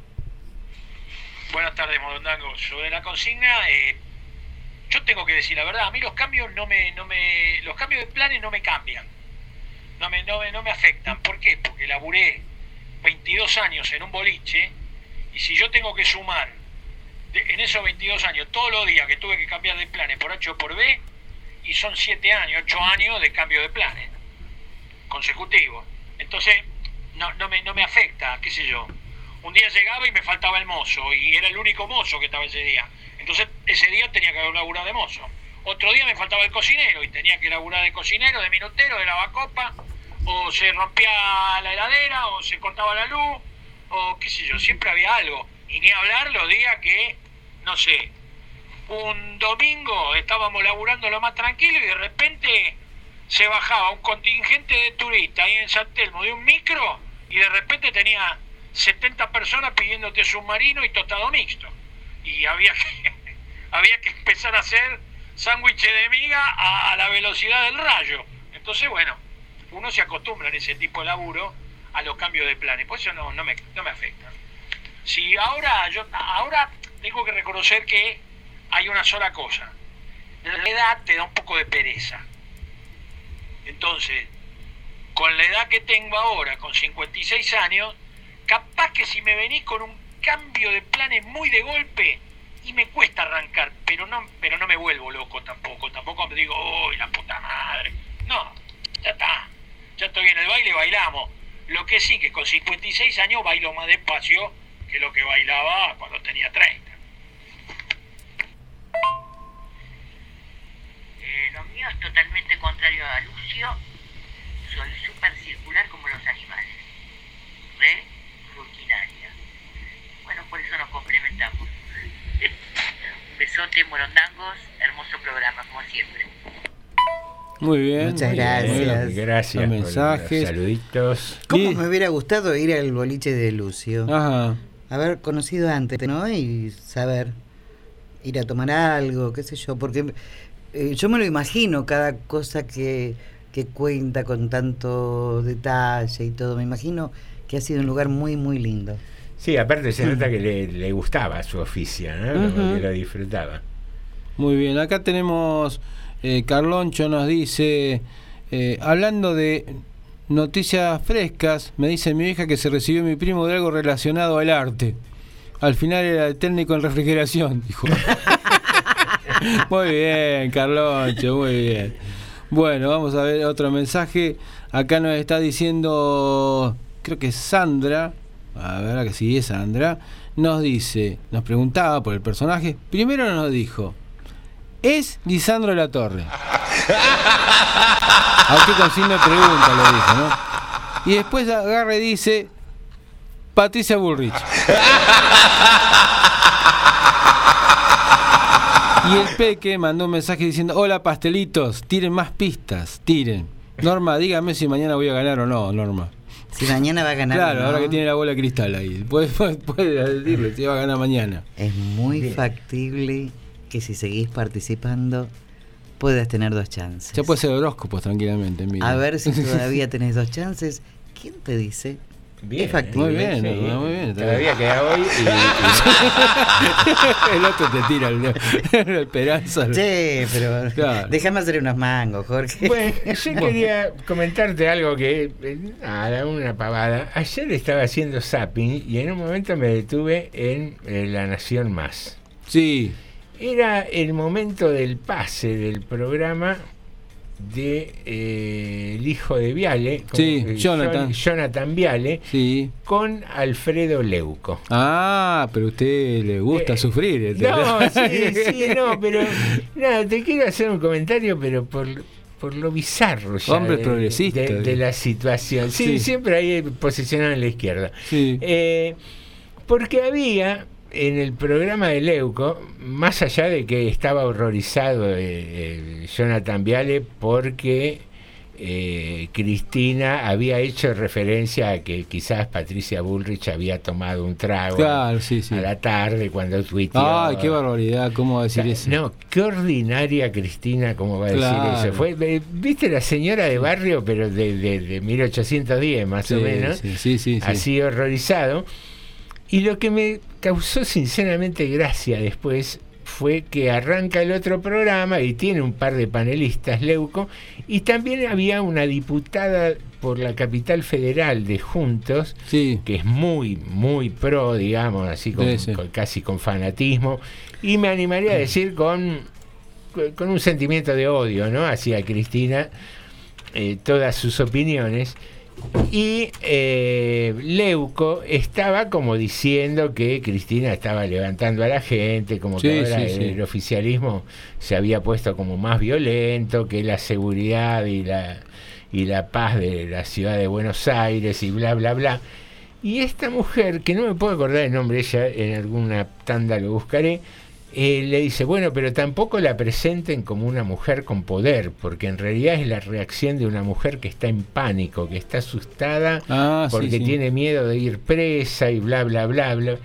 Buenas tardes, Morondanga. Sobre la consigna, eh, yo tengo que decir la verdad. A mí los cambios no me, no me, los cambios de planes no me cambian, no me, no me, no me afectan. ¿Por qué? laburé veintidós años en un boliche, y si yo tengo que sumar de, en esos veintidós años todos los días que tuve que cambiar de planes por H o por B, y son siete años, ocho años de cambio de planes consecutivos. Entonces no, no, me, no me afecta, qué sé yo. Un día llegaba y me faltaba el mozo, y era el único mozo que estaba ese día. Entonces ese día tenía que laburar de mozo. Otro día me faltaba el cocinero y tenía que laburar de cocinero, de minutero, de lavacopa, o se rompía la heladera, o se cortaba la luz, o qué sé yo, siempre había algo. Y ni hablar los días que, no sé, un domingo estábamos laburando lo más tranquilo y de repente se bajaba un contingente de turistas ahí en San Telmo de un micro, y de repente tenía setenta personas pidiéndote submarino y tostado mixto. Y había que, había que empezar a hacer sándwiches de miga a, a la velocidad del rayo. Entonces, bueno, uno se acostumbra en ese tipo de laburo a los cambios de planes. Por eso no, no, me, no me afecta. Si ahora, yo, ahora tengo que reconocer que hay una sola cosa. La edad te da un poco de pereza. Entonces, con la edad que tengo ahora, con cincuenta y seis años, capaz que si me venís con un cambio de planes muy de golpe, y me cuesta arrancar, pero no pero no me vuelvo loco tampoco. Tampoco me digo, uy, la puta madre. No, ya está. Ya estoy en el baile, bailamos. Lo que sí, que con cincuenta y seis años bailo más despacio que lo que bailaba cuando tenía treinta. Eh, lo mío es totalmente contrario a Lucio. Soy súper circular como los animales. Re rutinaria. Bueno, por eso nos complementamos. Un besote, morondangos. Hermoso programa, como siempre. Muy bien. Muchas gracias. Bien, gracias. Los mensajes. Los saluditos. ¿Cómo me hubiera gustado ir al boliche de Lucio? Ajá. Haber conocido antes, ¿no? Y saber, ir a tomar algo, qué sé yo, porque eh, yo me lo imagino cada cosa que, que cuenta con tanto detalle y todo. Me imagino que ha sido un lugar muy, muy lindo. Sí, aparte se nota que le, le gustaba su oficio, ¿no? Uh-huh. Que lo disfrutaba. Muy bien, acá tenemos, eh, Carloncho nos dice, eh, hablando de noticias frescas, me dice mi hija que se recibió mi primo de algo relacionado al arte. Al final era el técnico en refrigeración, dijo. Muy bien, Carloncho, muy bien. Bueno, vamos a ver otro mensaje. Acá nos está diciendo, creo que es Sandra, a ver que sí es Sandra, nos dice, nos preguntaba por el personaje. Primero nos dijo, es Lisandro Latorre. ¿A qué consigna pregunta? Lo dijo, ¿no? Y después agarra y dice Patricia Bullrich. Y el Peque mandó un mensaje diciendo, hola pastelitos, tiren más pistas, tiren. Norma, dígame si mañana voy a ganar o no, Norma. Si mañana va a ganar. Claro, ¿no? Ahora que tiene la bola de cristal ahí. Puede, puede decirle si va a ganar mañana. Es muy Bien. factible que si seguís participando puedas tener dos chances. Ya puede ser horóscopos tranquilamente. Mira. A ver si todavía tenés dos chances. ¿Quién te dice? Bien, es factible. Muy bien, sí. no, muy bien. Todavía queda hoy y, y... el otro te tira el, la esperanza. Sí, pero claro. Déjame hacer unos mangos, Jorge. Bueno, yo quería comentarte algo que, nada, una pavada. Ayer estaba haciendo zapping y en un momento me detuve en eh, La Nación Más. Sí. Era el momento del pase del programa de eh, el hijo de Viale, con, sí, eh, Jonathan. Jonathan Viale, sí. con Alfredo Leuco. Ah, pero a usted le gusta eh, sufrir. No, sí, sí, no, pero nada, te quiero hacer un comentario, pero por, por lo bizarro ya Hombre de, progresista de, de la situación. Sí, sí, siempre ahí posicionado en la izquierda. Sí. Eh, porque había en el programa de Leuco, más allá de que estaba horrorizado eh, eh, Jonathan Viale porque eh, Cristina había hecho referencia a que quizás Patricia Bullrich había tomado un trago claro, sí, sí. a la tarde cuando tuiteó. Ay, qué barbaridad, ¿cómo va a decir o sea, eso? No, qué ordinaria Cristina, ¿cómo va a claro. decir eso? Fue, viste la señora de barrio, pero de, de, de mil ochocientos diez más sí, o menos, sí, sí, sí, así sí. horrorizado. Y lo que me causó sinceramente gracia después fue que arranca el otro programa y tiene un par de panelistas, Leuco, y también había una diputada por la capital federal de Juntos, sí, que es muy, muy pro, digamos, así con, sí, sí. con, casi con fanatismo, y me animaría a decir con, con un sentimiento de odio, ¿no?, hacia Cristina, eh, todas sus opiniones. Y eh, Leuco estaba como diciendo que Cristina estaba levantando a la gente, como sí, que ahora sí, el, sí. el oficialismo se había puesto como más violento, que la seguridad y la y la paz de la ciudad de Buenos Aires y bla bla bla. Y esta mujer, que no me puedo acordar el nombre, ella en alguna tanda lo buscaré, Eh, le dice, bueno, pero tampoco la presenten como una mujer con poder, porque en realidad es la reacción de una mujer que está en pánico, que está asustada ah, porque sí, sí. tiene miedo de ir presa y bla, bla, bla, bla.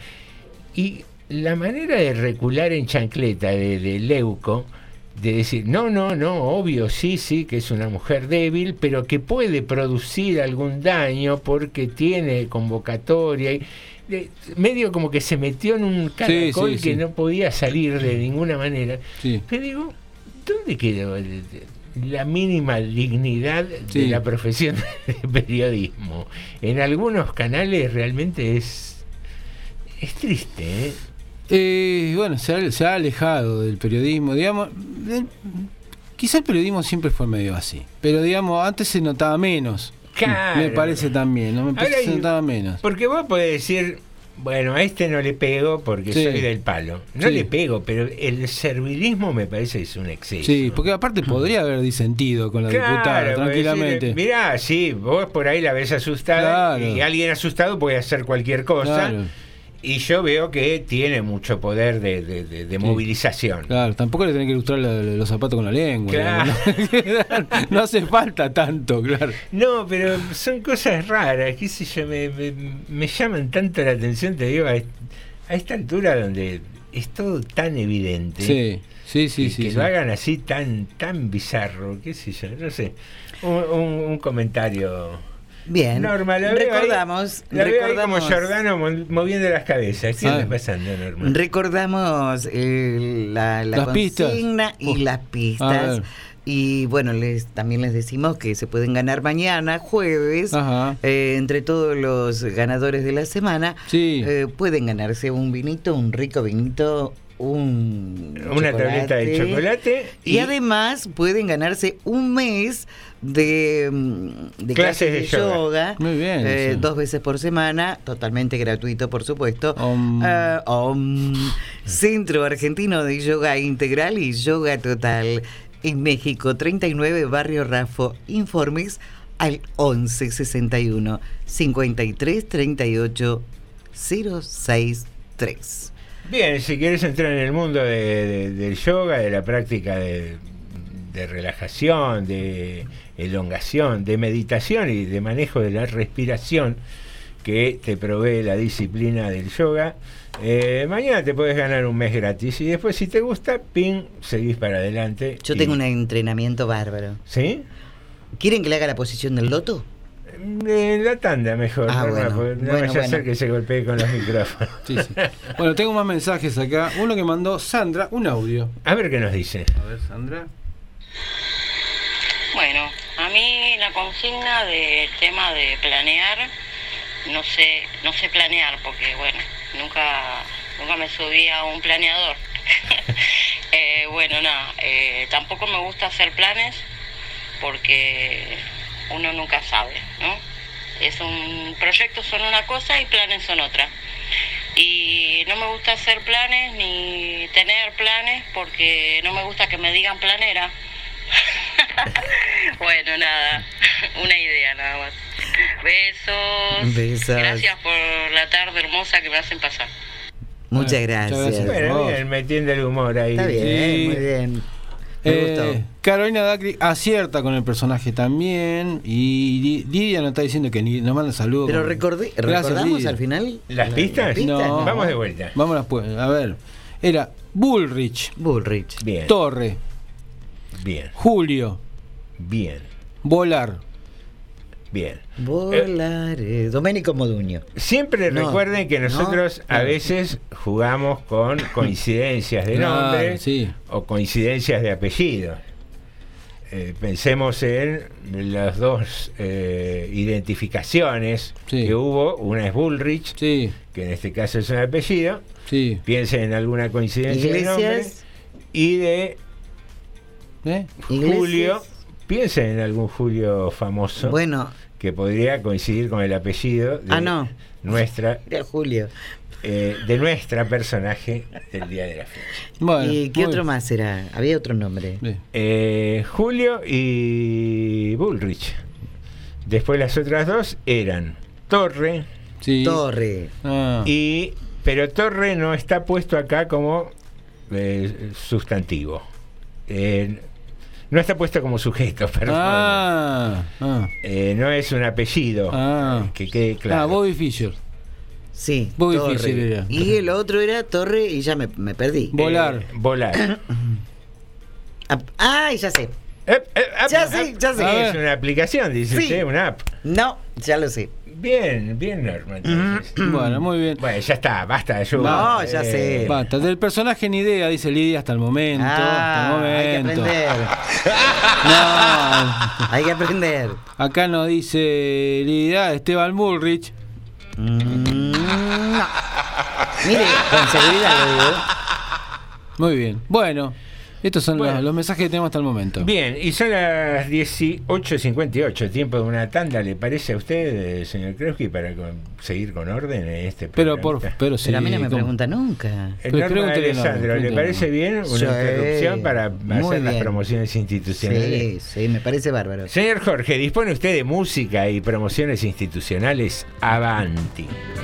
Y la manera de recular en chancleta de, de Leuco, de decir, no, no, no, obvio, sí, sí, que es una mujer débil, pero que puede producir algún daño porque tiene convocatoria y... medio como que se metió en un caracol sí, sí, que sí. no podía salir de ninguna manera. Sí. Te digo, ¿dónde quedó la mínima dignidad sí. de la profesión de periodismo? En algunos canales realmente es es triste, ¿eh? Eh, bueno, se ha, se ha alejado del periodismo, digamos. De, quizá el periodismo siempre fue medio así, pero digamos, antes se notaba menos. Claro. Me parece también, no me parece Ahora, que se notaba menos. Porque vos podés decir, bueno, a este no le pego porque sí. soy del palo. No sí. le pego, pero el servilismo me parece que es un exceso. Sí, porque aparte podría haber disentido con la claro, diputada, tranquilamente. Decir, mirá, sí, vos por ahí la ves asustada claro. y alguien asustado puede hacer cualquier cosa. Claro. Y yo veo que tiene mucho poder de, de, de, de sí. movilización. Claro, tampoco le tenés que ilustrar la, los zapatos con la lengua. Claro. ¿no? no hace falta tanto, claro. No, pero son cosas raras, qué sé yo, me, me, me llaman tanto la atención, te digo, a, a esta altura donde es todo tan evidente. Sí, sí, sí. Que, sí, que sí. lo hagan así tan, tan bizarro, qué sé yo, no sé. Un, un, un comentario... Bien, Norma, la recordamos, veo ahí, la recordamos veo ahí como Giordano moviendo las cabezas. ¿Qué ah, está pasando, Norma? Recordamos eh, la, la las consigna pistas. y uh, las pistas. Y bueno, les también les decimos que se pueden ganar mañana, jueves, eh, entre todos los ganadores de la semana. Sí. Eh, pueden ganarse un vinito, un rico vinito, un una chocolate, tableta de chocolate y, y además pueden ganarse un mes de, de clases, clases de, de yoga, yoga muy bien, eh, sí. dos veces por semana, totalmente gratuito, por supuesto. Um. Uh, um, Centro Argentino de Yoga Integral y Yoga Total en México, treinta y nueve, Barrio Rafo. Informes al once sesenta y uno cincuenta y tres treinta y ocho cero sesenta y tres. Bien, si quieres entrar en el mundo de, de, del yoga, de la práctica de, de relajación, de elongación, de meditación y de manejo de la respiración que te provee la disciplina del yoga, eh, mañana te puedes ganar un mes gratis y después si te gusta, ping, seguís para adelante. Yo y... tengo un entrenamiento bárbaro. ¿Sí? ¿Quieren que le haga la posición del loto? En la tanda mejor, ah, no, bueno, no, no bueno, vaya bueno. a hacer que se golpee con los micrófonos. Sí, sí. Bueno, tengo más mensajes acá. Uno que mandó Sandra, un audio. A ver qué nos dice. A ver, Sandra. Bueno, a mí la consigna del tema de planear, no sé, no sé planear porque, bueno, nunca, nunca me subí a un planeador. eh, bueno, nada, eh, tampoco me gusta hacer planes porque uno nunca sabe, ¿no? Es un proyectos son una cosa y planes son otra. Y no me gusta hacer planes ni tener planes porque no me gusta que me digan planera. Bueno, nada, una idea nada más. Besos. Besos. Gracias por la tarde hermosa que me hacen pasar. Muchas gracias. Muchas gracias. Bueno, bien, metiendo el humor ahí. Está bien, sí. muy bien. Me eh, gustó. Carolina Dacri acierta con el personaje también. Y Lidia nos está diciendo que ni, nos manda saludos. Pero con... recordé, Gracias, recordamos Lidia. al final. ¿Las pistas? ¿Las pistas? No. Vamos de vuelta. Vamos a ver. Era Bullrich. Bullrich. Bien. Torre. Bien. Julio. Bien. Volar. Bien. Volar. Eh, Domenico Modugno. Siempre No, recuerden que nosotros no, a no. veces jugamos con coincidencias de Claro, nombre sí. o coincidencias de apellido. Eh, pensemos en las dos eh, identificaciones Sí. que hubo. Una es Bullrich, Sí. que en este caso es un apellido. Sí. Piensen en alguna coincidencia de nombre. Iglesias. Y de ¿Eh? Julio. Iglesias. Piensen en algún Julio famoso Bueno, que podría coincidir con el apellido de Ah, no. nuestra era Julio. eh, de nuestra personaje del día de la fecha. Bueno, ¿Y qué muy- otro más era? Había otro nombre. Sí. Eh, Julio y Bullrich. Después las otras dos eran Torre Sí. Torre. Ah. y pero Torre no está puesto acá como eh, sustantivo. Eh, no está puesto como sujeto, perdón. Ah, ah, Eh, no es un apellido. Ah. eh, que quede claro. ah, Bobby Fischer. Sí, Bobby Torre. Fischer era. Y el otro era Torre y ya me, me perdí. Volar. Eh, volar. Ah, Ay, ya sé. Eh, eh, ap- Ya sé, ya sé. ap- A Es ver. una aplicación, dice Sí. usted, una app. No, ya lo sé. Bien, bien, Norma. entonces. Bueno, muy bien. Bueno, ya está, basta de ayuda. No, ya sé. Basta, del personaje ni idea, dice Lidia, hasta el momento. Ah, hasta hay que el momento. aprender. No, Hay que aprender. acá nos dice Lidia, Esteban Bullrich. Mm, no. Mire, con seguridad lo digo. Muy bien. Bueno, estos son Bueno. los, los mensajes que tenemos hasta el momento. Bien, y son las dieciocho cincuenta y ocho, tiempo de una tanda, ¿le parece a usted, eh, señor Kreuzki, para con- seguir con orden en este Pero programa? por pero sí. Pero a mí no me ¿cómo? pregunta nunca. Eh, Pero Norma pregúntele, Norma, Alessandro, ¿le pregúntele, parece Norma. bien una Sí, interrupción para muy hacer las bien. promociones institucionales? Sí, sí, me parece bárbaro. Señor Jorge, ¿dispone usted de música y promociones institucionales? Avanti.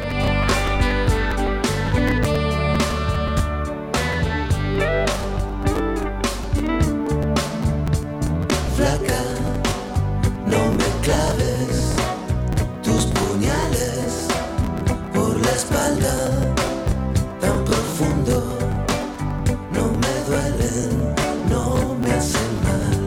Flaca, no me claves tus puñales por la espalda tan profundo. No me duelen, no me hacen mal.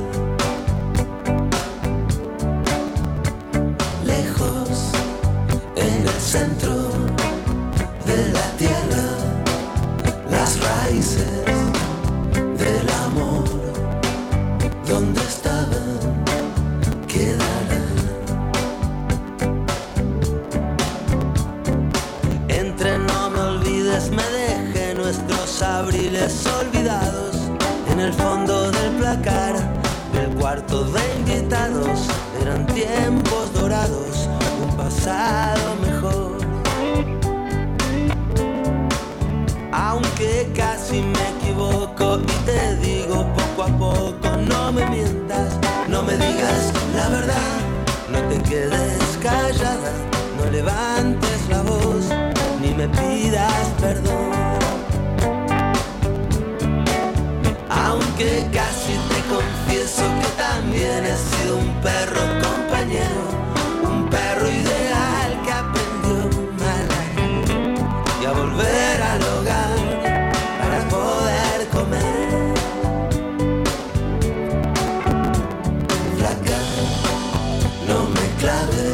Lejos, en el centro de la tierra, las raíces del amor. ¿Dónde estaban? Quedarán. Entre no me olvides, me dejé nuestros abriles olvidados en el fondo del placar del cuarto de invitados. Eran tiempos dorados, un pasado mejor. Aunque casi me equivoco y te digo poco a poco, no me mientas, no me digas la verdad, no te quedes callada, no levantes la voz, ni me pidas perdón. Aunque casi te confieso que también he sido un perro compañero, un perro ideal que aprendió a latir y a volver al hogar para poder comer. Flaca, no me claves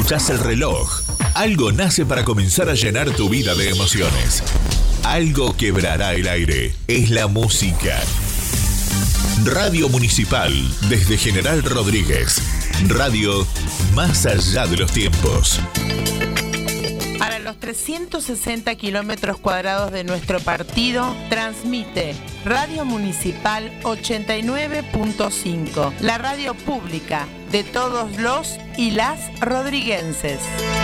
escuchás el reloj. Algo nace para comenzar a llenar tu vida de emociones. Algo quebrará el aire. Es la música. Radio Municipal, desde General Rodríguez. Radio más allá de los tiempos. Para los trescientos sesenta kilómetros cuadrados de nuestro partido, transmite Radio Municipal ochenta y nueve punto cinco, la radio pública de todos los y las rodriguenses.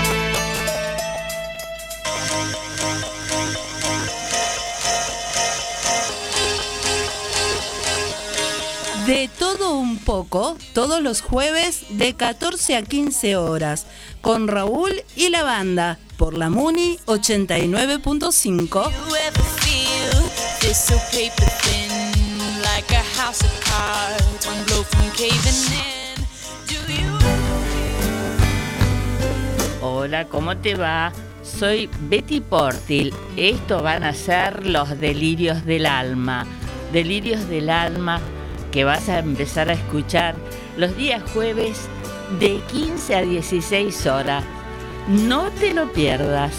De todo un poco, todos los jueves de catorce a quince horas, con Raúl y la banda, por la Muni ochenta y nueve punto cinco. Hola, ¿cómo te va? Soy Betty Portil. Estos van a ser los delirios del alma. Delirios del alma que vas a empezar a escuchar los días jueves de quince a dieciséis horas. No te lo pierdas.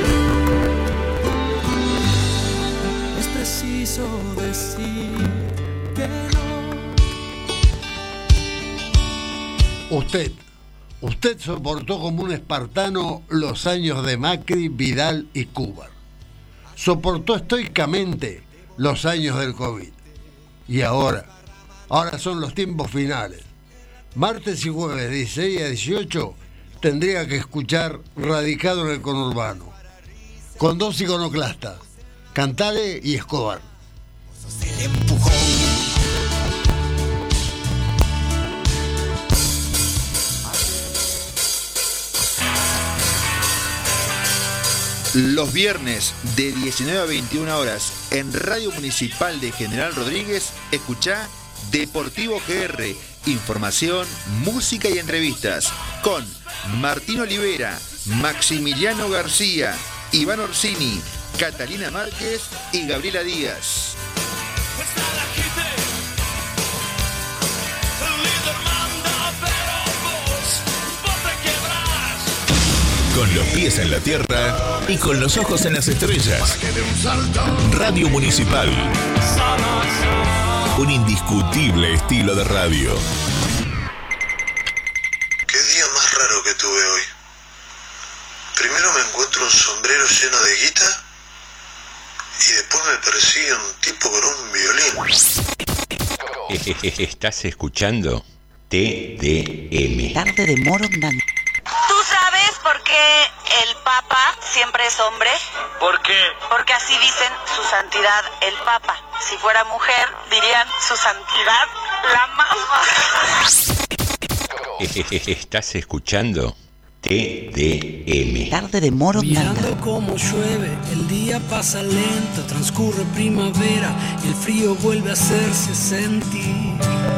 Es preciso decir que no. Usted, usted soportó como un espartano los años de Macri, Vidal y Cúbar. Soportó estoicamente los años del COVID. Y ahora, ahora son los tiempos finales. Martes y jueves, dieciséis a dieciocho, tendría que escuchar Radicado en el Conurbano, con dos iconoclastas, Cantale y Escobar. Los viernes de diecinueve a veintiuna horas en Radio Municipal de General Rodríguez, escuchá Deportivo G R, información, música y entrevistas con Martín Olivera, Maximiliano García, Iván Orsini, Catalina Márquez y Gabriela Díaz. Con los pies en la tierra y con los ojos en las estrellas. Radio Municipal. Un indiscutible estilo de radio. Qué día más raro que tuve hoy. Primero me encuentro un sombrero lleno de guita y después me persigue un tipo con un violín. Estás escuchando T D M. Tarde de Morondanga. ¿Tú sabes por qué el Papa siempre es hombre? ¿Por qué? Porque así dicen su santidad el Papa. Si fuera mujer, dirían su santidad la mamá. Estás escuchando T D M. Tarde de Morondanga. Mirando cómo llueve, el día pasa lento, transcurre primavera y el frío vuelve a hacerse sentir.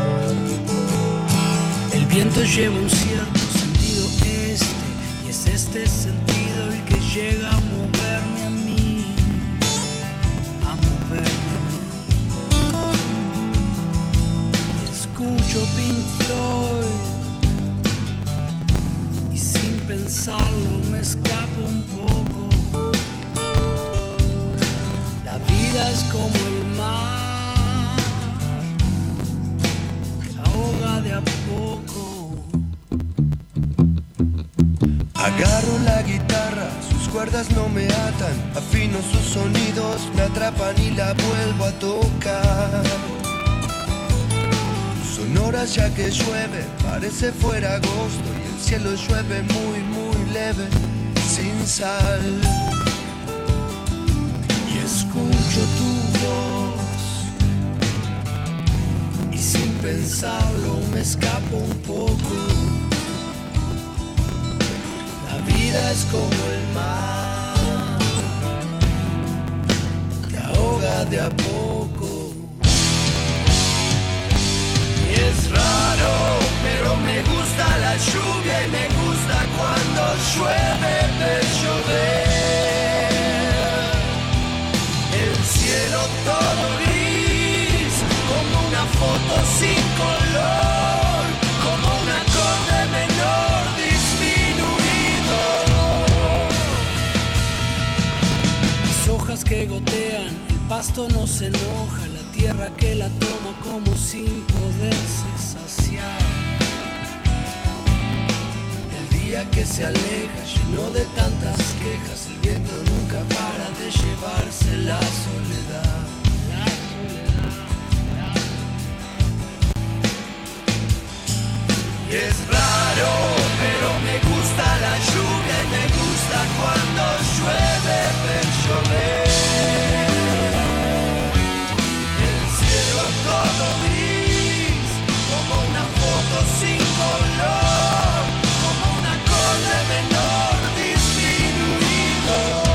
El viento lleva un cierto sentido este, y es este sentido el que llega a moverme a mí, a moverme a mí. Y escucho Pink Floyd y sin pensarlo me escapo un poco. La vida es como el mar, que ahoga de a poco. Agarro la guitarra, sus cuerdas no me atan, afino sus sonidos, me atrapan y la vuelvo a tocar. Sonoras ya que llueve, parece fuera agosto y el cielo llueve muy muy leve, sin sal. Y escucho tu voz y sin pensarlo me escapo un poco. La vida es como el mar, te ahoga de a poco. Y es raro, pero me gusta la lluvia y me gusta cuando llueve de llover. El cielo todo gris, como una foto sin color, como un acorde menor disminuido. que gotean, el pasto no se enoja, la tierra que la toma como sin poderse saciar. El día que se aleja, lleno de tantas quejas, el viento nunca para de llevarse la soledad. La soledad. Y es raro, pero me gusta la lluvia y me gusta cuando llueve ver llover. El cielo todo gris, como una foto sin color, como un acorde menor disminuido.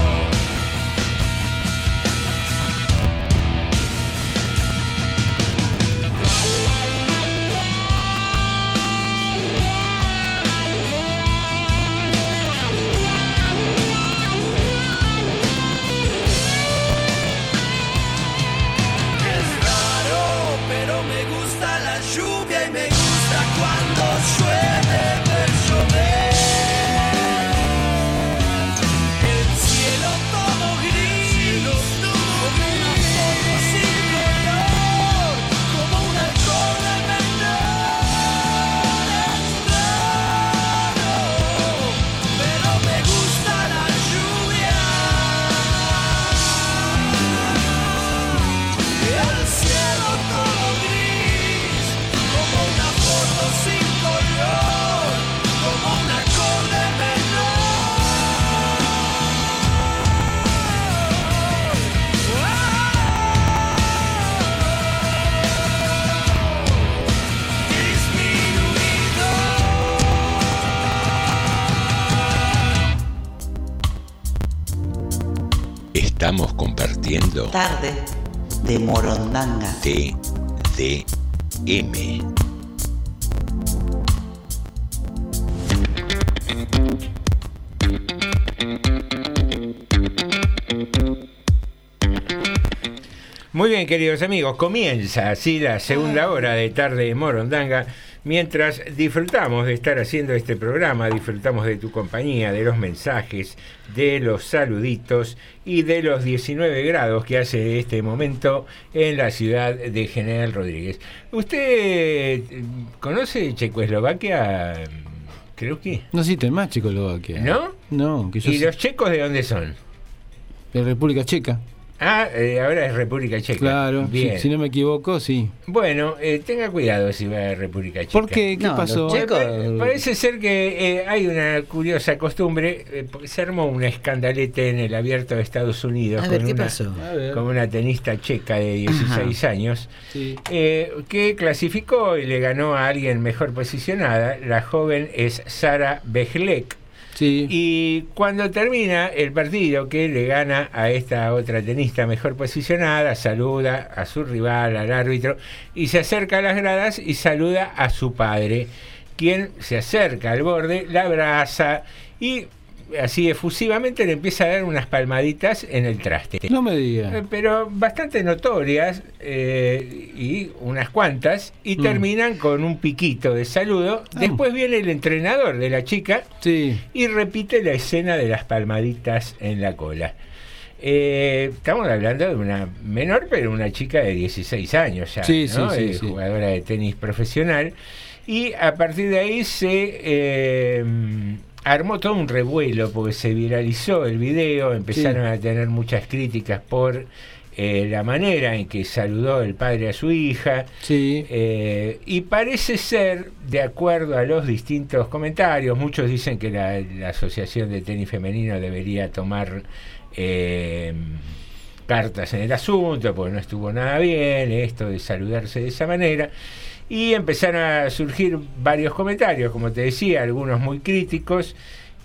Estamos compartiendo Tarde de Morondanga. T D M. Muy bien, queridos amigos, comienza así la segunda hora de Tarde de Morondanga. Mientras disfrutamos de estar haciendo este programa, disfrutamos de tu compañía, de los mensajes, de los saluditos y de los diecinueve grados que hace este momento en la ciudad de General Rodríguez. ¿Usted conoce Checoslovaquia? Creo que... No existe más Checoslovaquia. ¿No? No. Que yo ¿Y sé. los checos de dónde son? De República Checa. Ah, eh, ahora es República Checa. Claro, bien. Si, si no me equivoco, sí. Bueno, eh, tenga cuidado si va a República Checa. ¿Por qué? ¿Qué No, pasó? los checos- Pa- Parece ser que eh, hay una curiosa costumbre, eh, porque se armó un escandalete en el Abierto de Estados Unidos A ver, con, ¿qué una, pasó? A ver. con una tenista checa de dieciséis años, Sí. eh, que clasificó y le ganó a alguien mejor posicionada. La joven es Sara Bejlek. Sí. Y cuando termina el partido, que le gana a esta otra tenista mejor posicionada, saluda a su rival, al árbitro, y se acerca a las gradas y saluda a su padre, quien se acerca al borde, la abraza y así efusivamente le empieza a dar unas palmaditas en el traste. No me diga. Eh, Pero bastante notorias, eh, y unas cuantas, y Mm. terminan con un piquito de saludo. Ah. Después viene el entrenador de la chica Sí. y repite la escena de las palmaditas en la cola. Eh, estamos hablando de una menor, pero una chica de dieciséis años ya, Sí, ¿no? sí, sí, Eh, sí. jugadora de tenis profesional. Y a partir de ahí se eh, armó todo un revuelo porque se viralizó el video, empezaron Sí. a tener muchas críticas por eh, la manera en que saludó el padre a su hija. Sí. Eh, y parece ser, de acuerdo a los distintos comentarios, muchos dicen que la, la Asociación de Tenis Femenino debería tomar eh, cartas en el asunto, porque no estuvo nada bien esto de saludarse de esa manera. Y empezaron a surgir varios comentarios, como te decía, algunos muy críticos,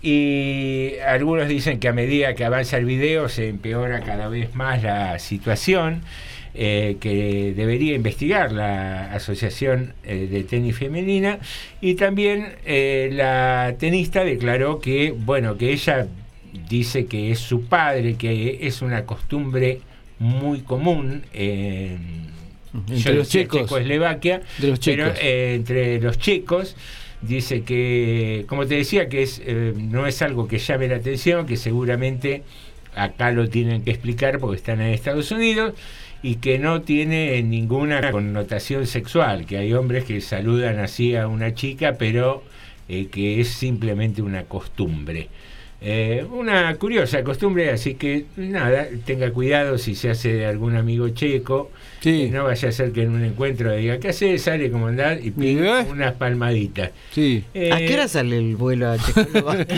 y algunos dicen que a medida que avanza el video se empeora cada vez más la situación, eh, que debería investigar la Asociación eh, de Tenis Femenina. Y también eh, la tenista declaró que, bueno, que ella dice que es su padre, que es una costumbre muy común en Entre yo los decía checos. Checoslovaquia, De los pero checos. eh, entre los checos. Dice que, como te decía, que es eh, no es algo que llame la atención, que seguramente acá lo tienen que explicar porque están en Estados Unidos, y que no tiene ninguna connotación sexual, que hay hombres que saludan así a una chica, pero eh, que es simplemente una costumbre. Eh, una curiosa costumbre, así que nada, tenga cuidado si se hace de algún amigo checo, sí. No vaya a ser que en un encuentro diga, ¿qué hace? Sale como andar y pide unas palmaditas. Sí. Eh, ¿A qué hora sale el vuelo a Checoslovaquia?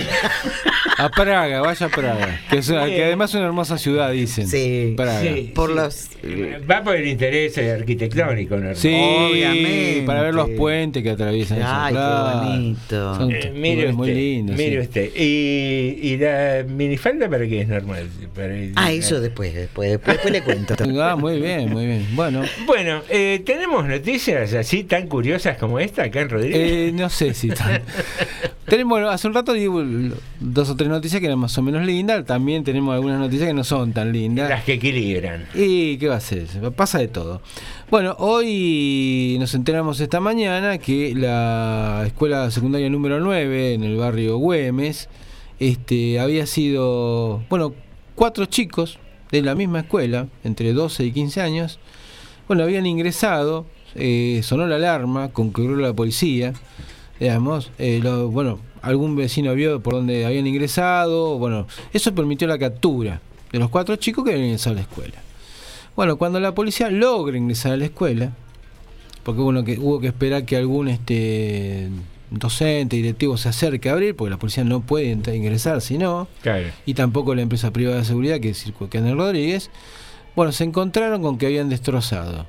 A Praga, vaya a Praga, que, es una, que además es una hermosa ciudad, dicen. Sí, Praga. Sí, por sí. los Va por el interés arquitectónico, ¿no? Sí, obviamente. Para ver los puentes que atraviesan. Ay, claro. qué bonito. Son Eh, mire muy usted, lindos. mire Sí. usted. Y, y la minifalda, ¿para qué es normal? Para el- Ah, eso después, después, después, después le cuento. Ah, muy bien, muy bien. Bueno, Bueno, eh, ¿tenemos noticias así tan curiosas como esta acá en Rodríguez? eh, no sé si tan... tenemos, bueno, hace un rato digo dos o tres noticias que eran más o menos lindas. También tenemos algunas noticias que no son tan lindas. Las que equilibran. ¿Y qué va a ser? Pasa de todo. Bueno, hoy nos enteramos esta mañana que la escuela secundaria número nueve en el barrio Güemes este, había sido, bueno, cuatro chicos de la misma escuela, entre doce y quince años, bueno, habían ingresado, eh, sonó la alarma, concurrió la policía, digamos, eh, lo, bueno, algún vecino vio por dónde habían ingresado, bueno, eso permitió la captura de los cuatro chicos que habían ingresado a la escuela. Bueno, cuando la policía logra ingresar a la escuela, porque bueno, que hubo que esperar que algún este docente, directivo se acerque a abrir, porque la policía no puede entrar, ingresar si no, Claro. y tampoco la empresa privada de seguridad que es Circucán Rodríguez. Bueno, se encontraron con que habían destrozado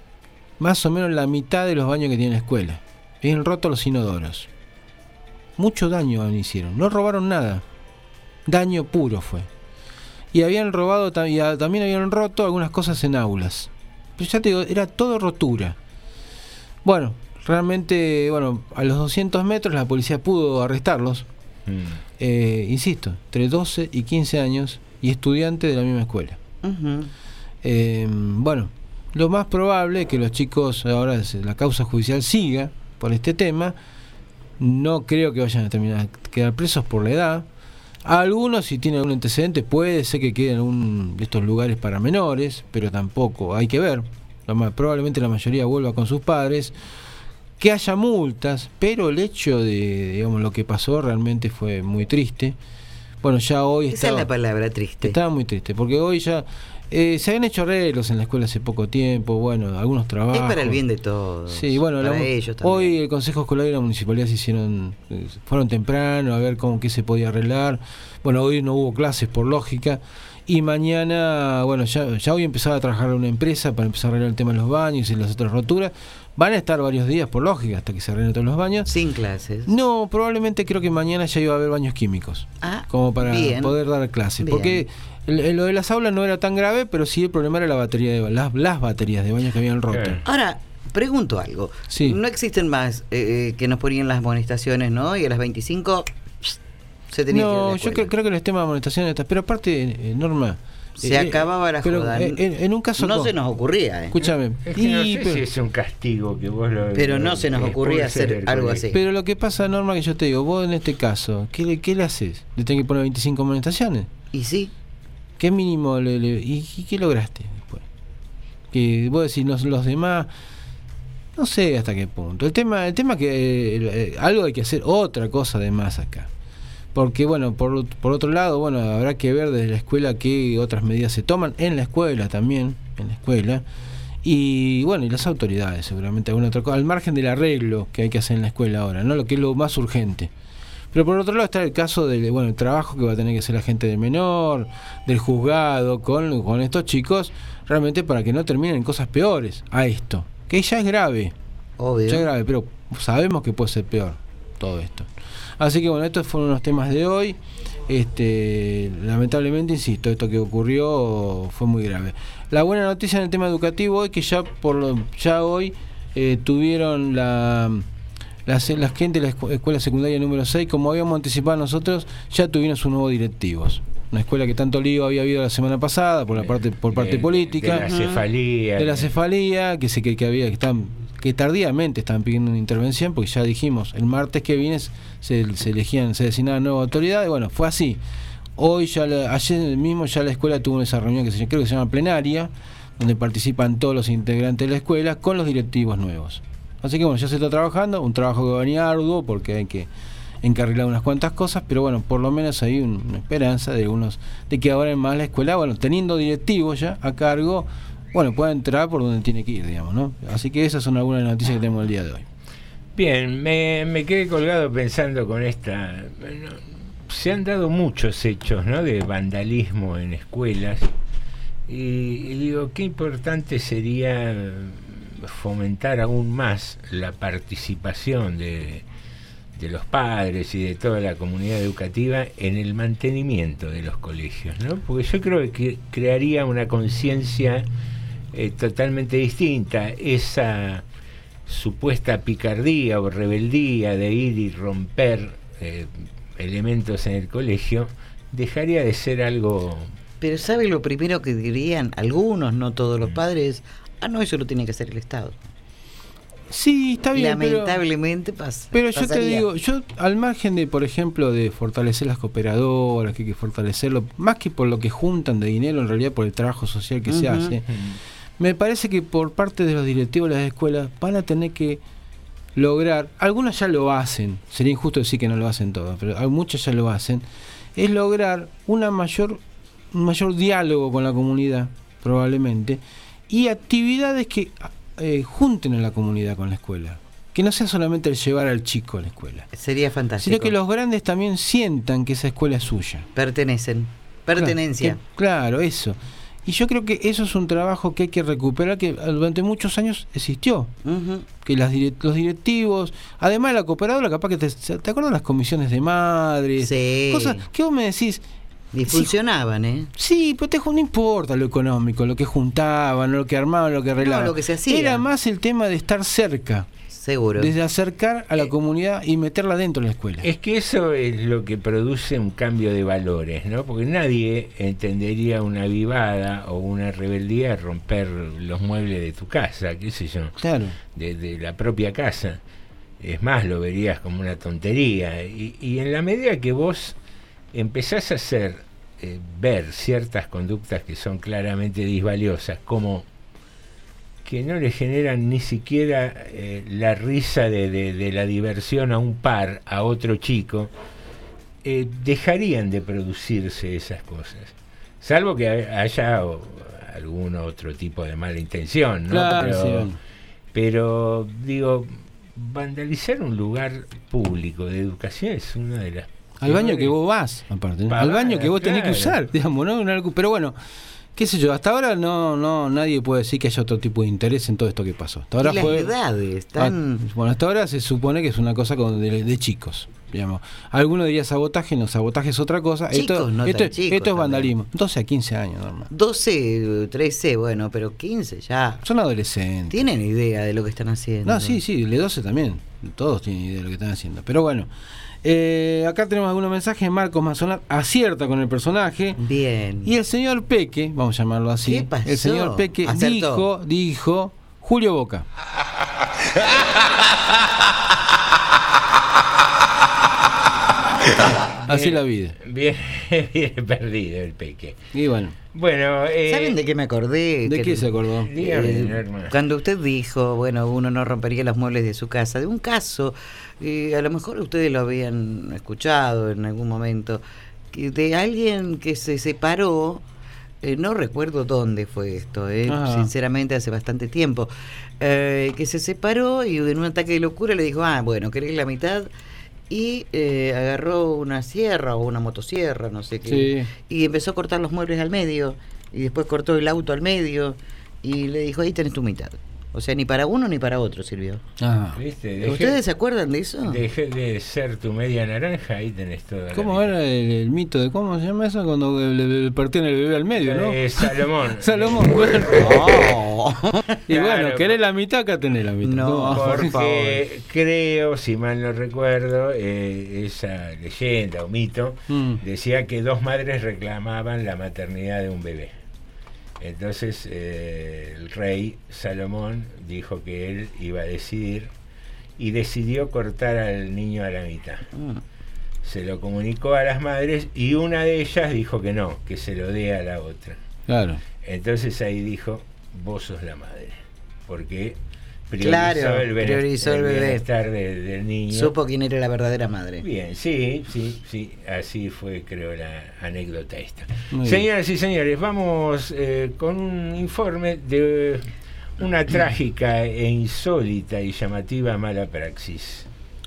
más o menos la mitad de los baños que tiene la escuela. Habían roto los inodoros. Mucho daño hicieron. No robaron nada. Daño puro fue. Y habían robado, y también habían roto algunas cosas en aulas. Pero ya te digo, era todo rotura. Bueno, realmente, bueno, a los doscientos metros la policía pudo arrestarlos. Mm. Eh, insisto, entre doce y quince años y estudiantes de la misma escuela. Uh-huh. Eh, bueno, lo más probable es que los chicos, ahora la causa judicial siga por este tema. No creo que vayan a terminar a quedar presos por la edad. Algunos, si tienen algún antecedente, puede ser que queden en un de estos lugares para menores, pero tampoco, hay que ver. Lo más, probablemente la mayoría vuelva con sus padres. Que haya multas, pero el hecho de, digamos, lo que pasó realmente fue muy triste. Bueno, ya hoy Esa estaba, es la palabra, triste. Estaba muy triste, porque hoy ya eh, se habían hecho arreglos en la escuela hace poco tiempo, bueno, algunos trabajos. Es para el bien de todos. Sí, bueno, para la, ellos también. hoy el Consejo Escolar y la Municipalidad se hicieron, eh, fueron temprano a ver cómo qué se podía arreglar. Bueno, hoy no hubo clases por lógica. Y mañana, bueno, ya, ya hoy empezaba a trabajar una empresa para empezar a arreglar el tema de los baños y las otras roturas. Van a estar varios días, por lógica, hasta que se arreglen todos los baños. Sin clases. No, probablemente creo que mañana ya iba a haber baños químicos. Ah, como para bien. poder dar clases. Bien. Porque el, el- lo de las aulas no era tan grave, pero sí el problema era la batería de las, las baterías de baños que habían roto. Claro. Ahora, pregunto algo. Sí. No existen más eh, que nos ponían las amonestaciones, ¿no? Y a las veinticinco se tenía que ir a No, la yo escuela. creo, creo que los temas de amonestación, está, pero aparte, eh, Norma. Se eh, acababa la pero, joda. eh, en, en un caso. No co- se nos ocurría, ¿eh? Escúchame. Es que no y- sé pero, si es un castigo que vos lo. Pero lo- no se nos lo ocurría expulses hacer del algo colegio. así. pero lo que pasa, Norma, que yo te digo, vos en este caso, ¿qué le, qué le haces? ¿Le tenés que poner veinticinco amonestaciones? Y sí. ¿Qué mínimo le, le- y, y qué lograste después? Que vos decís, los, los demás, no sé hasta qué punto. El tema, el tema que eh, eh, algo hay que hacer, otra cosa de más acá. Porque bueno, por, por otro lado, bueno, habrá que ver desde la escuela qué otras medidas se toman en la escuela también, en la escuela. Y bueno, y las autoridades seguramente alguna otra cosa, al margen del arreglo que hay que hacer en la escuela ahora, ¿no? Lo que es lo más urgente. Pero por otro lado está el caso del bueno, el trabajo que va a tener que hacer la gente del menor, del juzgado, con, con estos chicos, realmente para que no terminen en cosas peores a esto, que ya es grave. Obvio. Ya es grave, pero sabemos que puede ser peor todo esto. Así que bueno, estos fueron los temas de hoy. Este, lamentablemente, insisto, esto que ocurrió fue muy grave. La buena noticia en el tema educativo es que ya por lo, ya hoy eh, tuvieron la las, las gente de la escu- escuela secundaria número seis, como habíamos anticipado nosotros, ya tuvieron sus nuevos directivos. Una escuela que tanto lío había habido la semana pasada por la parte por parte De- política, de la cefalía. de la cefalía, que se que, que había que están que tardíamente están pidiendo una intervención, porque ya dijimos, el martes que viene se, se elegían, se designaban nuevas autoridades. Bueno, fue así. hoy ya la, ayer mismo ya la escuela tuvo esa reunión que se, creo que se llama plenaria, donde participan todos los integrantes de la escuela con los directivos nuevos. Así que bueno, ya se está trabajando, un trabajo que va a venir arduo porque hay que encarrilar unas cuantas cosas, pero bueno, por lo menos hay un, una esperanza de unos de que ahora en más la escuela, bueno, teniendo directivos ya a cargo, bueno, pueda entrar por donde tiene que ir, digamos, ¿no? Así que esas son algunas noticias que tenemos el día de hoy. Bien, me, me quedé colgado pensando con esta... Bueno, se han dado muchos hechos, ¿no?, de vandalismo en escuelas y, y digo, qué importante sería fomentar aún más la participación de, de los padres y de toda la comunidad educativa en el mantenimiento de los colegios, ¿no? Porque yo creo que crearía una conciencia eh, totalmente distinta. Esa supuesta picardía o rebeldía de ir y romper eh, elementos en el colegio dejaría de ser algo... Pero ¿sabe lo primero que dirían algunos, no todos los padres? Ah, no, eso lo tiene que hacer el Estado. Sí, está bien. Lamentablemente pero, pasa. Pero yo pasaría. te digo, yo al margen de, por ejemplo, de fortalecer las cooperadoras, que hay que fortalecerlo, más que por lo que juntan de dinero, en realidad por el trabajo social que uh-huh. se hace, me parece que por parte de los directivos de las escuelas van a tener que lograr, algunos ya lo hacen, sería injusto decir que no lo hacen todos, pero muchos ya lo hacen, es lograr una mayor, un mayor diálogo con la comunidad, probablemente, y actividades que eh, junten a la comunidad con la escuela. Que no sea solamente el llevar al chico a la escuela. Sería fantástico. Sino que los grandes también sientan que esa escuela es suya. Pertenecen. Pertenencia. Claro, que, claro, eso. Y yo creo que eso es un trabajo que hay que recuperar, que durante muchos años existió. Uh-huh. Que las direct, los directivos, además de la cooperadora, capaz que te, ¿te acuerdas de las comisiones de madres? Sí. Cosas que vos me decís... Y funcionaban, ¿eh? Sí, pero te, no importa lo económico, lo que juntaban, lo que armaban, lo que arreglaban. No, lo que se hacía. Era más el tema de estar cerca. Seguro. Desde acercar a la eh, comunidad y meterla dentro de la escuela. Es que eso es lo que produce un cambio de valores, ¿no? Porque nadie entendería una vivada o una rebeldía romper los muebles de tu casa, qué sé yo. Claro. De, de la propia casa. Es más, lo verías como una tontería. Y, y en la medida que vos empezás a hacer eh, ver ciertas conductas que son claramente disvaliosas, como que no le generan ni siquiera eh, la risa de, de, de la diversión a un par, a otro chico, eh, dejarían de producirse esas cosas, salvo que haya o, algún otro tipo de mala intención, ¿no? Claro, pero, sí. pero digo, vandalizar un lugar público de educación es una de las... Al baño que vos vas, aparte, ¿no? Al baño que vos tenés que usar, digamos, ¿no? Pero bueno, qué sé yo, hasta ahora no no nadie puede decir que haya otro tipo de interés en todo esto que pasó. Hasta ahora y las fue, edades están... Ah, bueno, hasta ahora se supone que es una cosa con, de, de chicos, digamos. Algunos dirían sabotaje, no, sabotaje es otra cosa. Chicos, esto, no esto, tan chicos, esto es vandalismo. doce a quince años, normal. doce, trece, bueno, pero quince ya. Son adolescentes. Tienen idea de lo que están haciendo. No, sí, sí, de doce también. Todos tienen idea de lo que están haciendo. Pero bueno, eh, acá tenemos algunos mensajes. Marcos Mazonar acierta con el personaje. Bien. Y el señor Peque, vamos a llamarlo así. ¿Qué pasó? El señor Peque Acertó. dijo, dijo Julio Boca. Así la vida. Bien, bien perdido el Peque. Y bueno. Bueno, eh, ¿saben de qué me acordé? ¿De que, qué se acordó? Dígame, eh, cuando usted dijo, bueno, uno no rompería los muebles de su casa, de un caso, eh, a lo mejor ustedes lo habían escuchado en algún momento, que de alguien que se separó, eh, no recuerdo dónde fue esto, eh, sinceramente hace bastante tiempo, eh, que se separó y en un ataque de locura le dijo, ah, bueno, ¿querés la mitad? Y eh, agarró una sierra o una motosierra, no sé qué, sí. Y empezó a cortar los muebles al medio, y después cortó el auto al medio, y le dijo, ahí tenés tu mitad. O sea, ni para uno ni para otro sirvió. Ah. ¿Viste? Dejé, ¿ustedes se acuerdan de eso? Dejé de ser tu media naranja, ahí tenés toda. ¿Cómo era el, el mito de cómo se llama eso? Cuando le, le partían el bebé al medio, ¿no? Eh, Salomón. Salomón, bueno. Oh. Y Claro. bueno, querés la mitad, acá tenés la mitad. No, No, Porque por favor. creo, si mal no recuerdo, eh, esa leyenda o mito Mm. decía que dos madres reclamaban la maternidad de un bebé. Entonces eh, el rey Salomón dijo que él iba a decidir y decidió cortar al niño a la mitad. Mm. se lo comunicó a las madres y una de ellas dijo que no, que se lo dé a la otra. Claro. Entonces ahí dijo, vos sos la madre, porque priorizó Claro, el, bene- priorizó el el bebé. bienestar de- del niño. Supo quién era la verdadera madre. Bien, sí, sí, sí, así fue, creo, la anécdota esta. Muy Señoras y señores, vamos eh, con un informe de una trágica e insólita y llamativa mala praxis.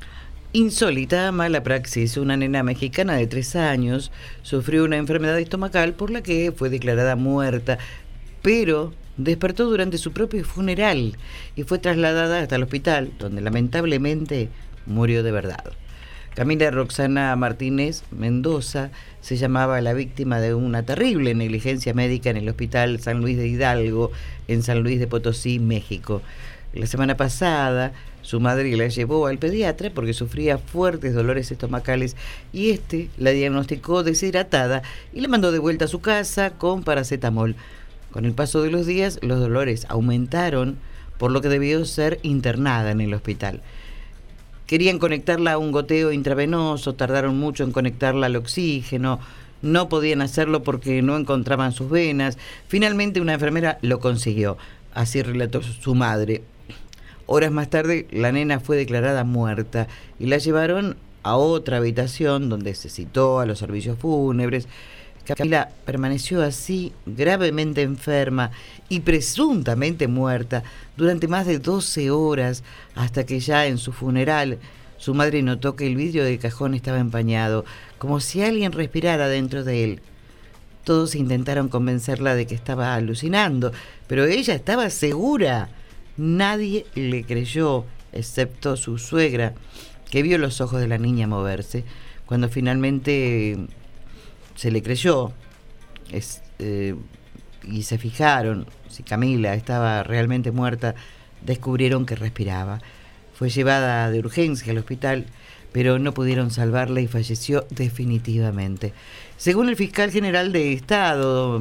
Insólita mala praxis. Una nena mexicana de tres años sufrió una enfermedad estomacal por la que fue declarada muerta, pero despertó durante su propio funeral y fue trasladada hasta el hospital, donde lamentablemente murió de verdad. Camila Roxana Martínez Mendoza se llamaba la víctima de una terrible negligencia médica en el Hospital San Luis de Hidalgo, en San Luis de Potosí, México. La semana pasada, su madre la llevó al pediatra porque sufría fuertes dolores estomacales y este la diagnosticó deshidratada y la mandó de vuelta a su casa con paracetamol. Con el paso de los días, los dolores aumentaron, por lo que debió ser internada en el hospital. Querían conectarla a un goteo intravenoso, tardaron mucho en conectarla al oxígeno, no podían hacerlo porque no encontraban sus venas. Finalmente una enfermera lo consiguió, así relató su madre. Horas más tarde la nena fue declarada muerta y la llevaron a otra habitación donde se citó a los servicios fúnebres. Camila permaneció así, gravemente enferma y presuntamente muerta, durante más de doce horas, hasta que ya en su funeral su madre notó que el vidrio del cajón estaba empañado, como si alguien respirara dentro de él. Todos intentaron convencerla de que estaba alucinando, pero ella estaba segura. Nadie le creyó, excepto su suegra, que vio los ojos de la niña moverse. Cuando finalmente se le creyó es, eh, y se fijaron si Camila estaba realmente muerta, descubrieron que respiraba. Fue llevada de urgencia al hospital, pero no pudieron salvarla y falleció definitivamente. Según el fiscal general de Estado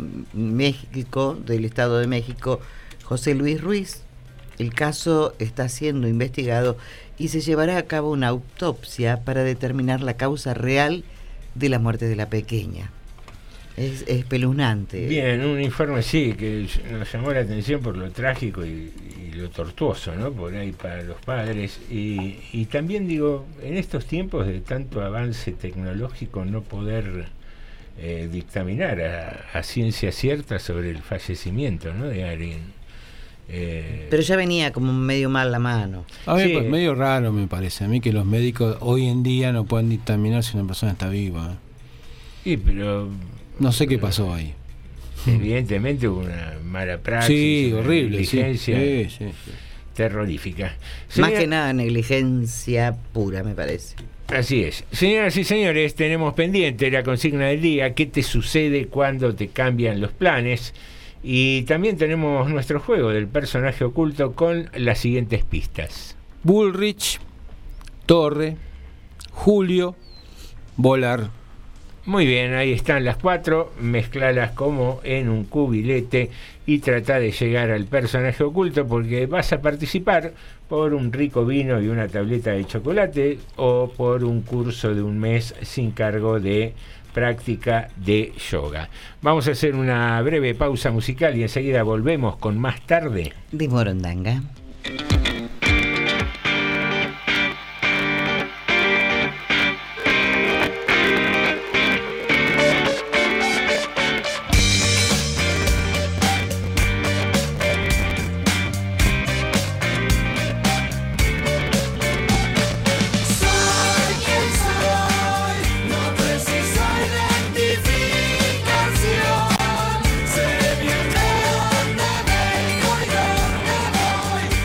México, del Estado de México, José Luis Ruiz, el caso está siendo investigado y se llevará a cabo una autopsia para determinar la causa real de la muerte de la pequeña. Es espeluznante. Bien, un informe sí que nos llamó la atención por lo trágico y, y lo tortuoso, ¿no? Por ahí para los padres y, y también digo, en estos tiempos de tanto avance tecnológico no poder eh, dictaminar a, a ciencia cierta sobre el fallecimiento, ¿no? De alguien. Eh, Pero ya venía como medio mal la mano. A mí Sí. pues medio raro me parece a mí que los médicos hoy en día no puedan dictaminar si una persona está viva. Sí, pero no sé qué pasó ahí. Evidentemente hubo una mala praxis, Sí, una horrible, sí. negligencia Sí, sí, sí. terrorífica. Más Señora- que nada negligencia pura, me parece. Así es. Señoras y señores, tenemos pendiente la consigna del día, ¿qué te sucede cuando te cambian los planes? Y también tenemos nuestro juego del personaje oculto con las siguientes pistas. Bullrich, Torre, Julio, Volar. Muy bien, ahí están las cuatro, mezclalas como en un cubilete y trata de llegar al personaje oculto porque vas a participar por un rico vino y una tableta de chocolate o por un curso de un mes sin cargo de práctica de yoga. Vamos a hacer una breve pausa musical y enseguida volvemos con más tarde de Morondanga. Soy quien soy, no preciso identificación. Sé bien de dónde vengo y dónde voy.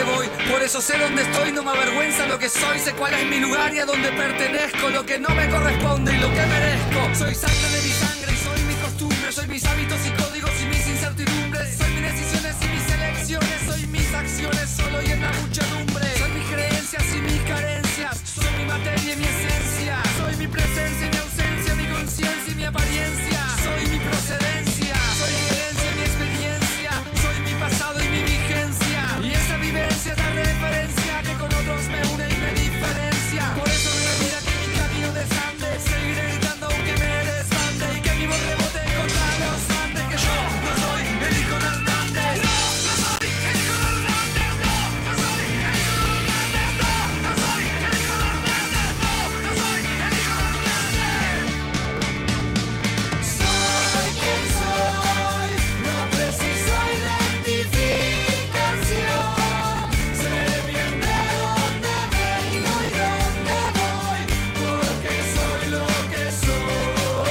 dónde voy. Por eso sé dónde estoy, no me avergüenza lo que soy. Sé cuál es mi lugar y a dónde pertenezco. Lo que no me corresponde y lo que merezco. Soy sangre de mi sangre y soy mi costumbre. Soy mis hábitos y códigos y mis incertidumbres. Soy mis decisiones y mis elecciones. Soy mis acciones solo y en la muchedumbre. Soy mis creencias y mis carencias. Soy mi materia y mi esencia. Soy mi presencia y mi ausencia. Mi conciencia y mi apariencia. Soy mi procedencia. Soy mi herencia y mi experiencia. Soy mi pasado y mi vigencia. Y esa vivencia es la referencia que con otros me une y me diferencia. Por eso no me mira que mi camino desande. Seguiré gritando aunque me desbande. Y que mi voz rebote contra los Andes. Que yo no soy el hijo de Hernández. No, no soy el hijo de Hernández. No, no soy el hijo de Hernández. No, no soy el hijo de Hernández. No, no soy el hijo de Hernández. Soy quien soy. No preciso identificación. Sé bien de dónde vengo y dónde voy. Porque soy lo que soy.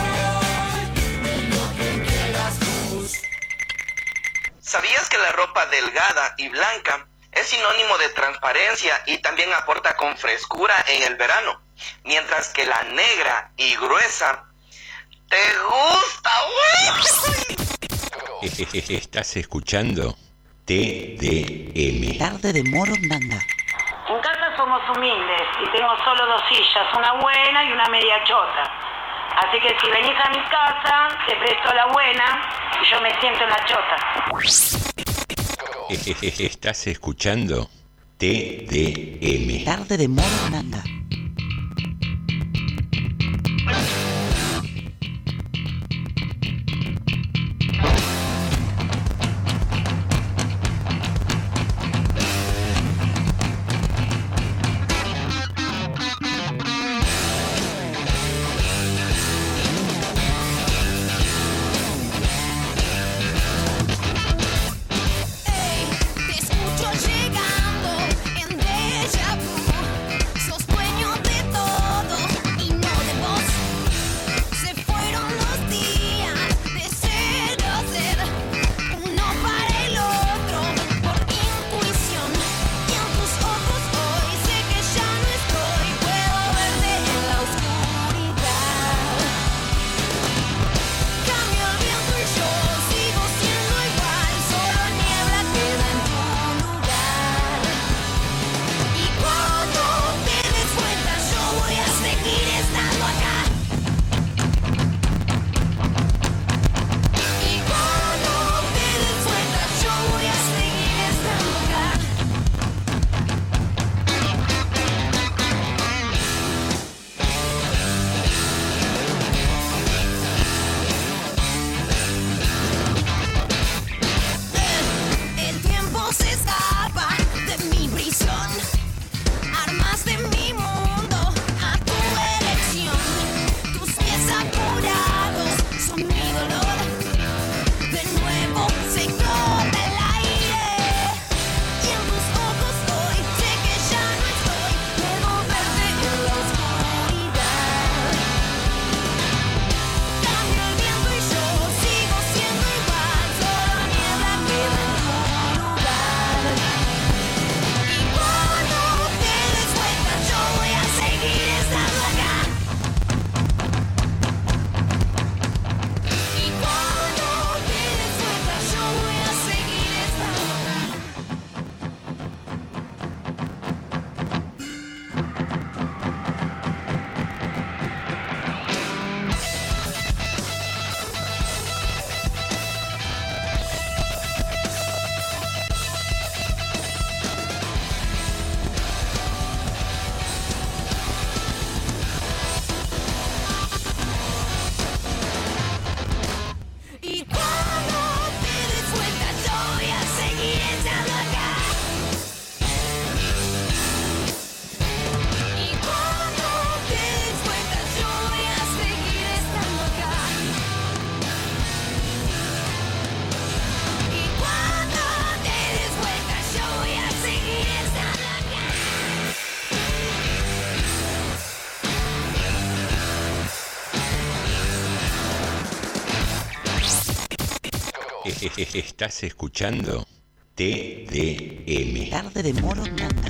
Y lo que quieras tú. ¿Sabías que la ropa delgada y blanca es sinónimo de transparencia y también aporta con frescura en el verano? Mientras que la negra y gruesa te gusta, güey. Estás escuchando T D M. Tarde de Morondanga. En casa somos humildes y tengo solo dos sillas, una buena y una media chota. Así que si venís a mi casa, te presto la buena y yo me siento en la chota. Estás escuchando T D M. Tarde de Morondanga. Te escucho llegando en déjà vu. Sos dueño de todo y no de vos. Se fueron los días de ser a ser, uno para el otro por intuición. Y en tus ojos hoy sé que ya no estoy. Puedo verte en la oscuridad. Cambio el viento y yo sigo siendo igual. Solo niebla queda en tu lugar. Y cuando te des cuenta yo voy a seguir estando acá. Y cuando te des cuenta yo voy a seguir estando acá. El tiempo se escapa de mi prisión. Armas de mi mundo a tu elección. Tus pies apurados son mi dolor. De nuevo se corta el aire. Y en tus ojos hoy sé que ya no estoy. Puedo verte en la oscuridad. Cambio el viento y yo sigo siendo igual. Solo niebla queda en tu lugar. Y cuando te des cuenta yo voy a seguir estando acá. Y cuando te des cuenta yo voy a seguir estando acá. Y cuando te des cuenta yo voy a seguir estando acá. Y cuando te des cuenta yo voy a seguir estando acá. Y cuando te des cuenta yo voy a seguir estando acá. Estás escuchando T D M. Tarde de Morondanga.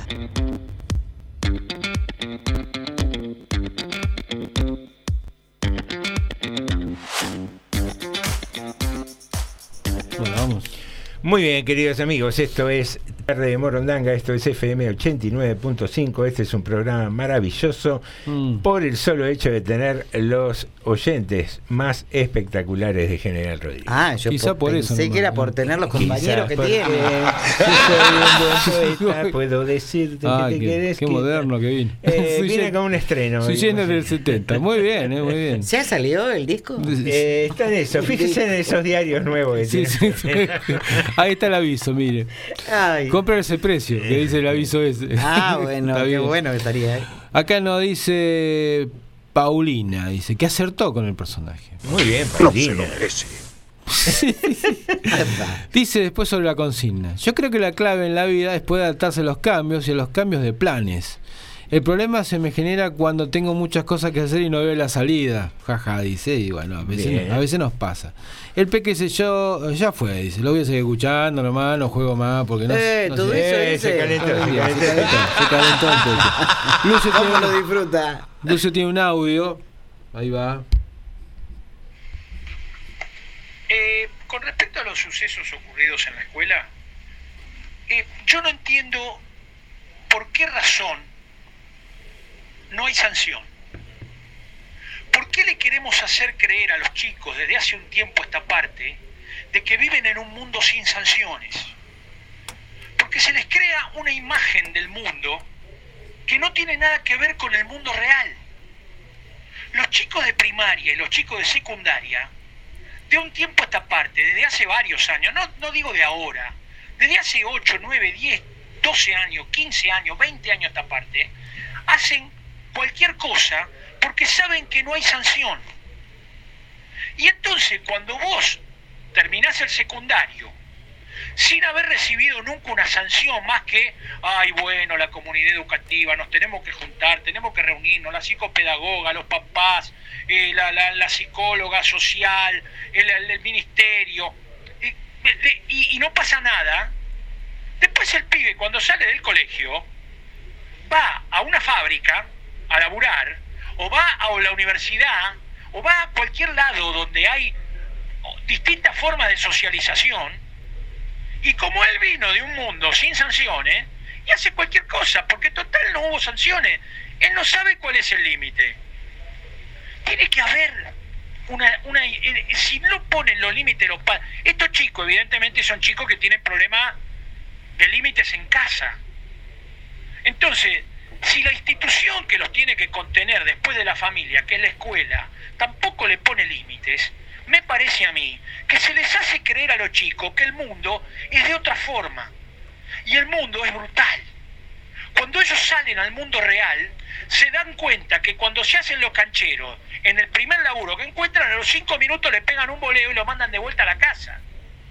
Bueno, vamos. Muy bien, queridos amigos, esto es Tarde de Morondanga, esto es F M ochenta y nueve punto cinco. Este es un programa maravilloso mm. por el solo hecho de tener los oyentes más espectaculares de General Rodríguez. Ah, yo Quizá por, por eso. Pensé que era por tener los compañeros Quizá que tiene. Poeta, puedo decirte ah, que te qué, quedes. Qué que... moderno que vine. Eh, viene con un estreno. Soy lleno del setenta. Muy bien, eh, muy bien. ¿Ya salió el disco? Eh, está en eso. Fíjese en esos diarios nuevos que sí, sí, sí. Ahí está el aviso, mire. Ay. Compra ese precio, que dice el aviso ese. Ah, bueno, qué bueno que estaría. ¿eh? Acá nos dice Paulina, dice que acertó con el personaje. Muy bien, Paulina. No se lo merece. Dice después sobre la consigna: yo creo que la clave en la vida es poder adaptarse a los cambios y a los cambios de planes. El problema se me genera cuando tengo muchas cosas que hacer y no veo la salida. Jaja, dice, y bueno, a veces, a veces nos pasa. El Peque dice, yo, ya fue, dice, lo voy a seguir escuchando nomás, no juego más, porque no, eh, no todo sé. eso Eh, dice. se calentó, se calentó, se calentó el Peque. Lucio ¿Cómo tiene, lo disfruta? Lucio tiene un audio, ahí va. Eh, con respecto a los sucesos ocurridos en la escuela, eh, yo no entiendo por qué razón no hay sanción. ¿Por qué le queremos hacer creer a los chicos desde hace un tiempo a esta parte de que viven en un mundo sin sanciones? Porque se les crea una imagen del mundo que no tiene nada que ver con el mundo real. Los chicos de primaria y los chicos de secundaria, de un tiempo a esta parte, desde hace varios años, no, no digo de ahora, desde hace ocho, nueve, diez, doce años, quince años, veinte años a esta parte, hacen cualquier cosa porque saben que no hay sanción. Y entonces cuando vos terminás el secundario sin haber recibido nunca una sanción más que, ay bueno, la comunidad educativa, nos tenemos que juntar, tenemos que reunirnos, la psicopedagoga, los papás, eh, la, la, la psicóloga social, el, el, el ministerio, y, y, y no pasa nada, después el pibe cuando sale del colegio va a una fábrica a laburar, o va a la universidad, o va a cualquier lado donde hay distintas formas de socialización, y como él vino de un mundo sin sanciones, y hace cualquier cosa, porque total no hubo sanciones, él no sabe cuál es el límite. Tiene que haber una, una si no ponen los límites los padres, estos chicos evidentemente son chicos que tienen problemas de límites en casa. Entonces, si la institución que los tiene que contener después de la familia, que es la escuela, tampoco le pone límites, me parece a mí que se les hace creer a los chicos que el mundo es de otra forma. Y el mundo es brutal. Cuando ellos salen al mundo real, se dan cuenta que cuando se hacen los cancheros, en el primer laburo que encuentran, a los cinco minutos le pegan un boleo y lo mandan de vuelta a la casa.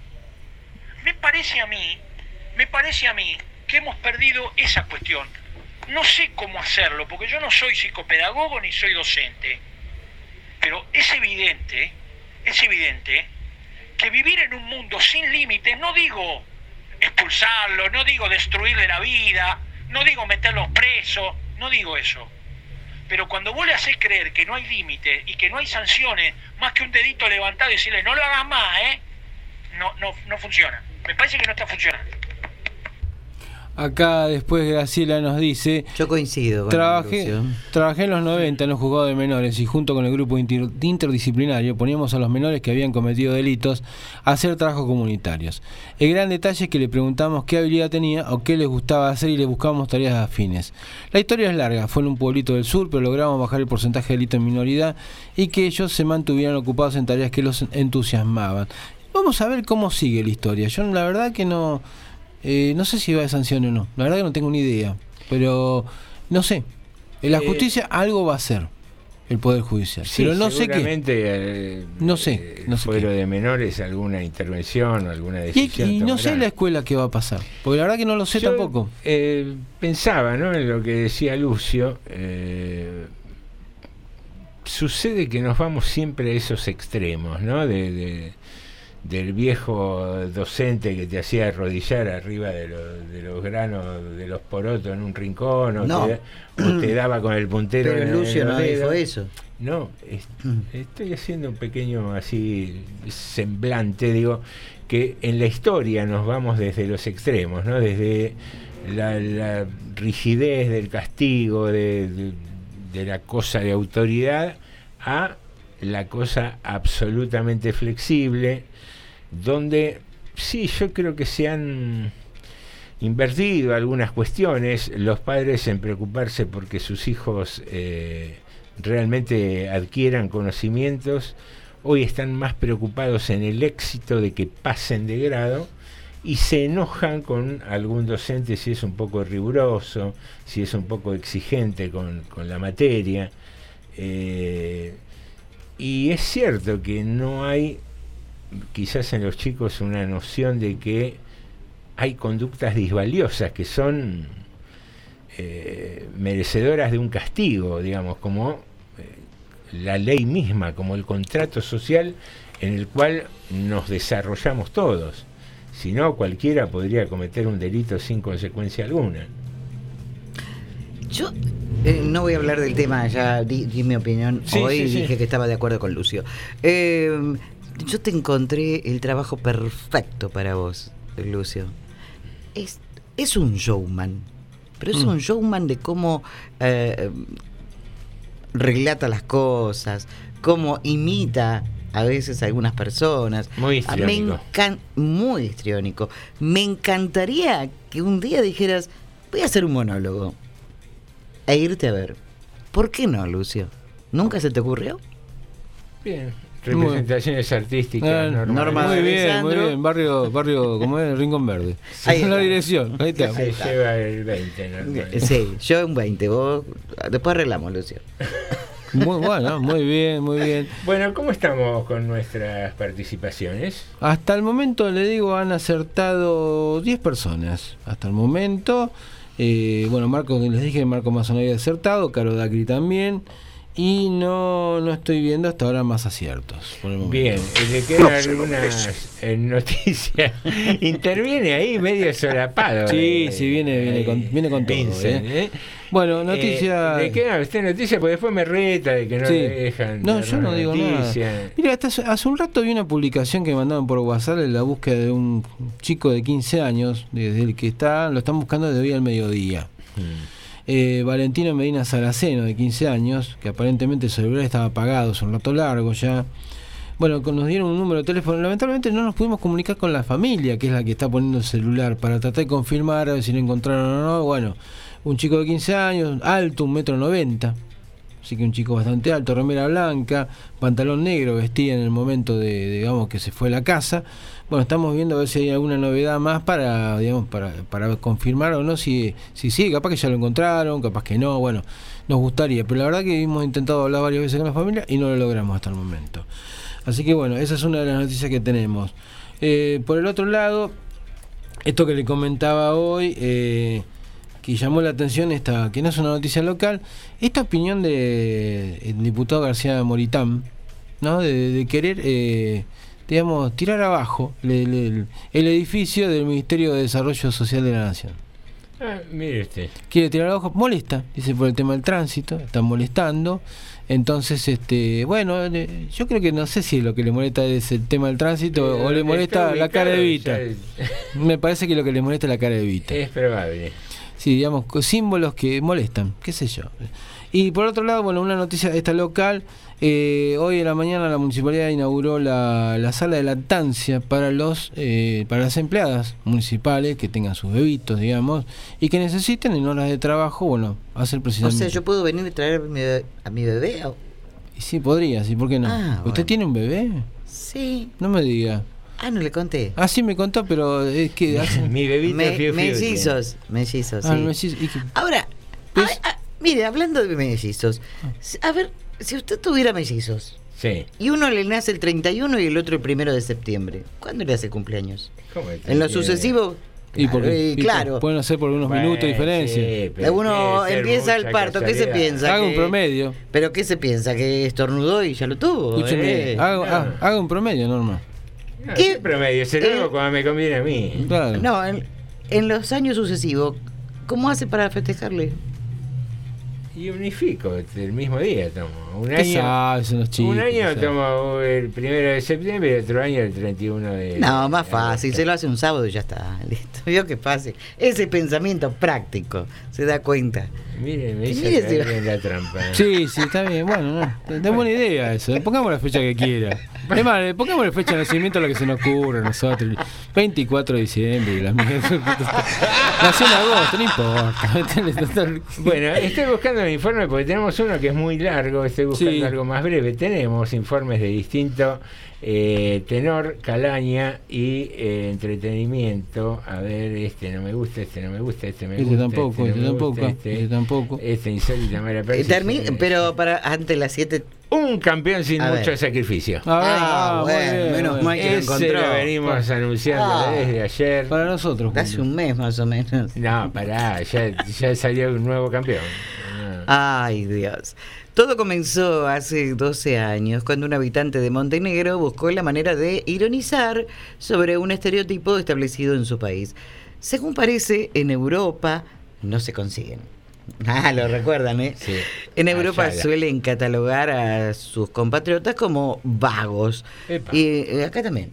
Me parece a mí, me parece a mí que hemos perdido esa cuestión. No sé cómo hacerlo, porque yo no soy psicopedagogo ni soy docente, pero es evidente, es evidente que vivir en un mundo sin límites, no digo expulsarlo, no digo destruirle la vida, no digo meterlos presos, no digo eso, pero cuando vos le haces creer que no hay límites y que no hay sanciones más que un dedito levantado y decirle no lo hagas más, ¿eh? no, no, no funciona, me parece que no está funcionando. Acá después Graciela nos dice, yo coincido con trabajé, trabajé en los noventa en los juzgados de menores y junto con el grupo inter, interdisciplinario poníamos a los menores que habían cometido delitos a hacer trabajos comunitarios. El gran detalle es que le preguntamos qué habilidad tenía o qué les gustaba hacer y les buscábamos tareas afines. La historia es larga, fue en un pueblito del sur, pero logramos bajar el porcentaje de delito en minoridad y que ellos se mantuvieran ocupados en tareas que los entusiasmaban. Vamos a ver cómo sigue la historia. Yo la verdad que no... Eh, no sé si va de sanción o no, la verdad que no tengo ni idea, pero no sé, en la justicia eh, algo va a hacer el Poder Judicial, sí, pero no sé qué. Eh, no sé, no sé fuera qué. de menores alguna intervención, alguna decisión. Y, y no sé en la escuela qué va a pasar, porque la verdad que no lo sé Yo, tampoco. Eh, pensaba, ¿no?, en lo que decía Lucio. Eh, sucede que nos vamos siempre a esos extremos, ¿no? De, de del viejo docente que te hacía arrodillar arriba de, lo, de los granos de los porotos en un rincón, o, no. te, o te daba con el puntero. Pero en, Lucio en los no dijo dedos. eso. No, es, estoy haciendo un pequeño así semblante, digo, que en la historia nos vamos desde los extremos, ¿no? Desde la, la rigidez del castigo, de, de, de la cosa de autoridad, a la cosa absolutamente flexible, donde sí, yo creo que se han invertido algunas cuestiones, los padres en preocuparse porque sus hijos eh, realmente adquieran conocimientos, hoy están más preocupados en el éxito de que pasen de grado y se enojan con algún docente si es un poco riguroso, si es un poco exigente con, con la materia. Eh, y es cierto que no hay quizás en los chicos una noción de que hay conductas disvaliosas que son eh, merecedoras de un castigo, digamos, como eh, la ley misma, como el contrato social en el cual nos desarrollamos todos. Si no, cualquiera podría cometer un delito sin consecuencia alguna. Yo eh, no voy a hablar del tema, ya di, di mi opinión Sí, hoy, sí, sí. dije que estaba de acuerdo con Lucio. Eh, yo te encontré el trabajo perfecto para vos, Lucio. Es, es un showman, pero es Mm. un showman de cómo eh, relata las cosas, cómo imita a veces a algunas personas. Muy Ah, me histriónico. encan- muy histriónico. Me encantaría que un día dijeras, voy a hacer un monólogo e irte a ver. ¿Por qué no, Lucio? ¿Nunca se te ocurrió? Bien, representaciones artísticas Ah, normales. muy bien, muy bien. Barrio, barrio, como es, Rincón Verde. Ahí En la está. dirección. Ahí está. Se lleva el veinte, ¿no? Sí, yo un veinte, vos después arreglamos, Lucio. Muy bueno, muy bien, muy bien. Bueno, ¿cómo estamos con nuestras participaciones? Hasta el momento, le digo, han acertado diez personas. Hasta el momento. Eh, bueno, Marco, les dije que Marco Mazón había acertado, Caro Dacri también. Y no, no estoy viendo hasta ahora más aciertos. Por el momento. Bien, eh, le quedan algunas eh, noticias. Interviene ahí medio solapado. Sí, eh, sí, viene, viene, con, viene con todo. Vincent, ¿eh? ¿eh? Bueno, noticia. Eh, ¿Le quedan a usted noticias? Porque después me reta de que no Sí. le dejan. No, dar yo no una digo noticia. nada. Mira, hasta hace- hace un rato vi una publicación que me mandaron por WhatsApp en la búsqueda de un chico de quince años, desde el que está, lo están buscando desde hoy al mediodía. Eh, Valentino Medina Saraceno, de quince años, que aparentemente el celular estaba apagado hace un rato largo ya. Bueno, con- nos dieron un número de teléfono. Lamentablemente no nos pudimos comunicar con la familia, que es la que está poniendo el celular, para tratar de confirmar a ver si lo encontraron o no. Bueno, un chico de quince años, alto, un metro noventa. Así que un chico bastante alto, remera blanca, pantalón negro, vestía en el momento de, de, digamos, que se fue a la casa. Bueno, estamos viendo a ver si hay alguna novedad más para, digamos, para, para confirmar o no si, si sí, capaz que ya lo encontraron, capaz que no, bueno, nos gustaría, pero la verdad que hemos intentado hablar varias veces con la familia y no lo logramos hasta el momento. Así que bueno, esa es una de las noticias que tenemos. Eh, por el otro lado, esto que le comentaba hoy, eh, que llamó la atención, esta, que no es una noticia local, esta opinión del de diputado García Moritán, ¿no? de, de querer, eh, digamos, tirar abajo le, le, el, el edificio del Ministerio de Desarrollo Social de la Nación. Ah, mire usted. Quiere tirar abajo, molesta, dice, por el tema del tránsito, están molestando. Entonces, este, bueno, le- yo creo que no sé si lo que le molesta es el tema del tránsito Eh, o le molesta está la cara de ubicado, Evita. ya Me parece que lo que le molesta es la cara de Evita. Es probable. Sí, digamos, co- símbolos que molestan, qué sé yo. Y por otro lado, bueno, una noticia esta local, eh, hoy en la mañana la municipalidad inauguró la, la sala de lactancia para los eh, para las empleadas municipales que tengan sus bebitos, digamos, y que necesiten en horas de trabajo, bueno, hacer O precisamente. sea, yo puedo venir y traer a mi, be- a mi bebé. o- Y sí, podría, sí, ¿por qué no? Ah, ¿Usted bueno. tiene un bebé? Sí. No me diga. Ah, no le conté. Ah, sí me contó, pero es que hace... Mi bebito Me- fiu, fiu, mellizos, mellizos, Ah, sí. mellizos, y que- Ahora, a- a- mire, hablando de mellizos, a ver, si usted tuviera mellizos Sí. y uno le nace el treinta y uno y el otro el primero de septiembre, ¿cuándo le hace cumpleaños? ¿Cómo es? En lo Eh, sucesivo, Y porque, claro, y y claro. pueden hacer por unos Bueno, minutos de diferencia. sí, pero Uno tiene que ser empieza el mucha parto, ¿qué se casualidad. piensa? Haga un Que- promedio. ¿Pero qué se piensa? ¿Que estornudó y ya lo tuvo? Escúcheme, Eh, haga, no. haga- haga un promedio, Norma. No, ¿Qué? ¿qué promedio? Se lo hago Eh, cuando me conviene a mí. No, en, en los años sucesivos, ¿cómo hace para festejarle? Y unifico el mismo día tomo. Un ¿Qué año, sabes, unos chicos, un año qué tomo el primero de septiembre y otro año el treinta y uno de... No, más de fácil, agosto. se lo hace un sábado y ya está, listo. Vio qué fácil. Ese pensamiento práctico, se da cuenta. Mire, me hizo Mire, caer si- en la trampa. Sí, sí, está bien. Bueno, no. Es buena idea eso. ¿eh? Pongamos la fecha que quiera. Es más, le pongamos la fecha de nacimiento a lo que se nos ocurre a nosotros. veinticuatro de diciembre. Y la mierda. Nació en agosto, no importa. Bueno, estoy buscando el informe porque tenemos uno que es muy largo, estoy buscando Sí. algo más breve. Tenemos informes de distinto eh, tenor, calaña y eh, entretenimiento. A ver, este no me gusta, este no me gusta, este me Este gusta. tampoco, no este me tampoco, gusta, este, este tampoco. Este insólita mala Eh, praxis. termi- pero para antes de las siete. Un campeón sin A mucho ver. sacrificio. A ver, Ah, ah, muy bueno, bien, menos muy mal bien. que lo Ese encontró. lo venimos anunciando Ah. desde ayer. Para nosotros. De hace un mes más o menos. No, pará, ya, ya salió un nuevo campeón. No. Ay, Dios. Todo comenzó hace doce años, cuando un habitante de Montenegro buscó la manera de ironizar sobre un estereotipo establecido en su país. Según parece, en Europa no se consiguen. Ah, lo recuerdan, ¿eh? Sí. En Europa Ayala. suelen catalogar a sus compatriotas como vagos. Epa. Y eh, acá también.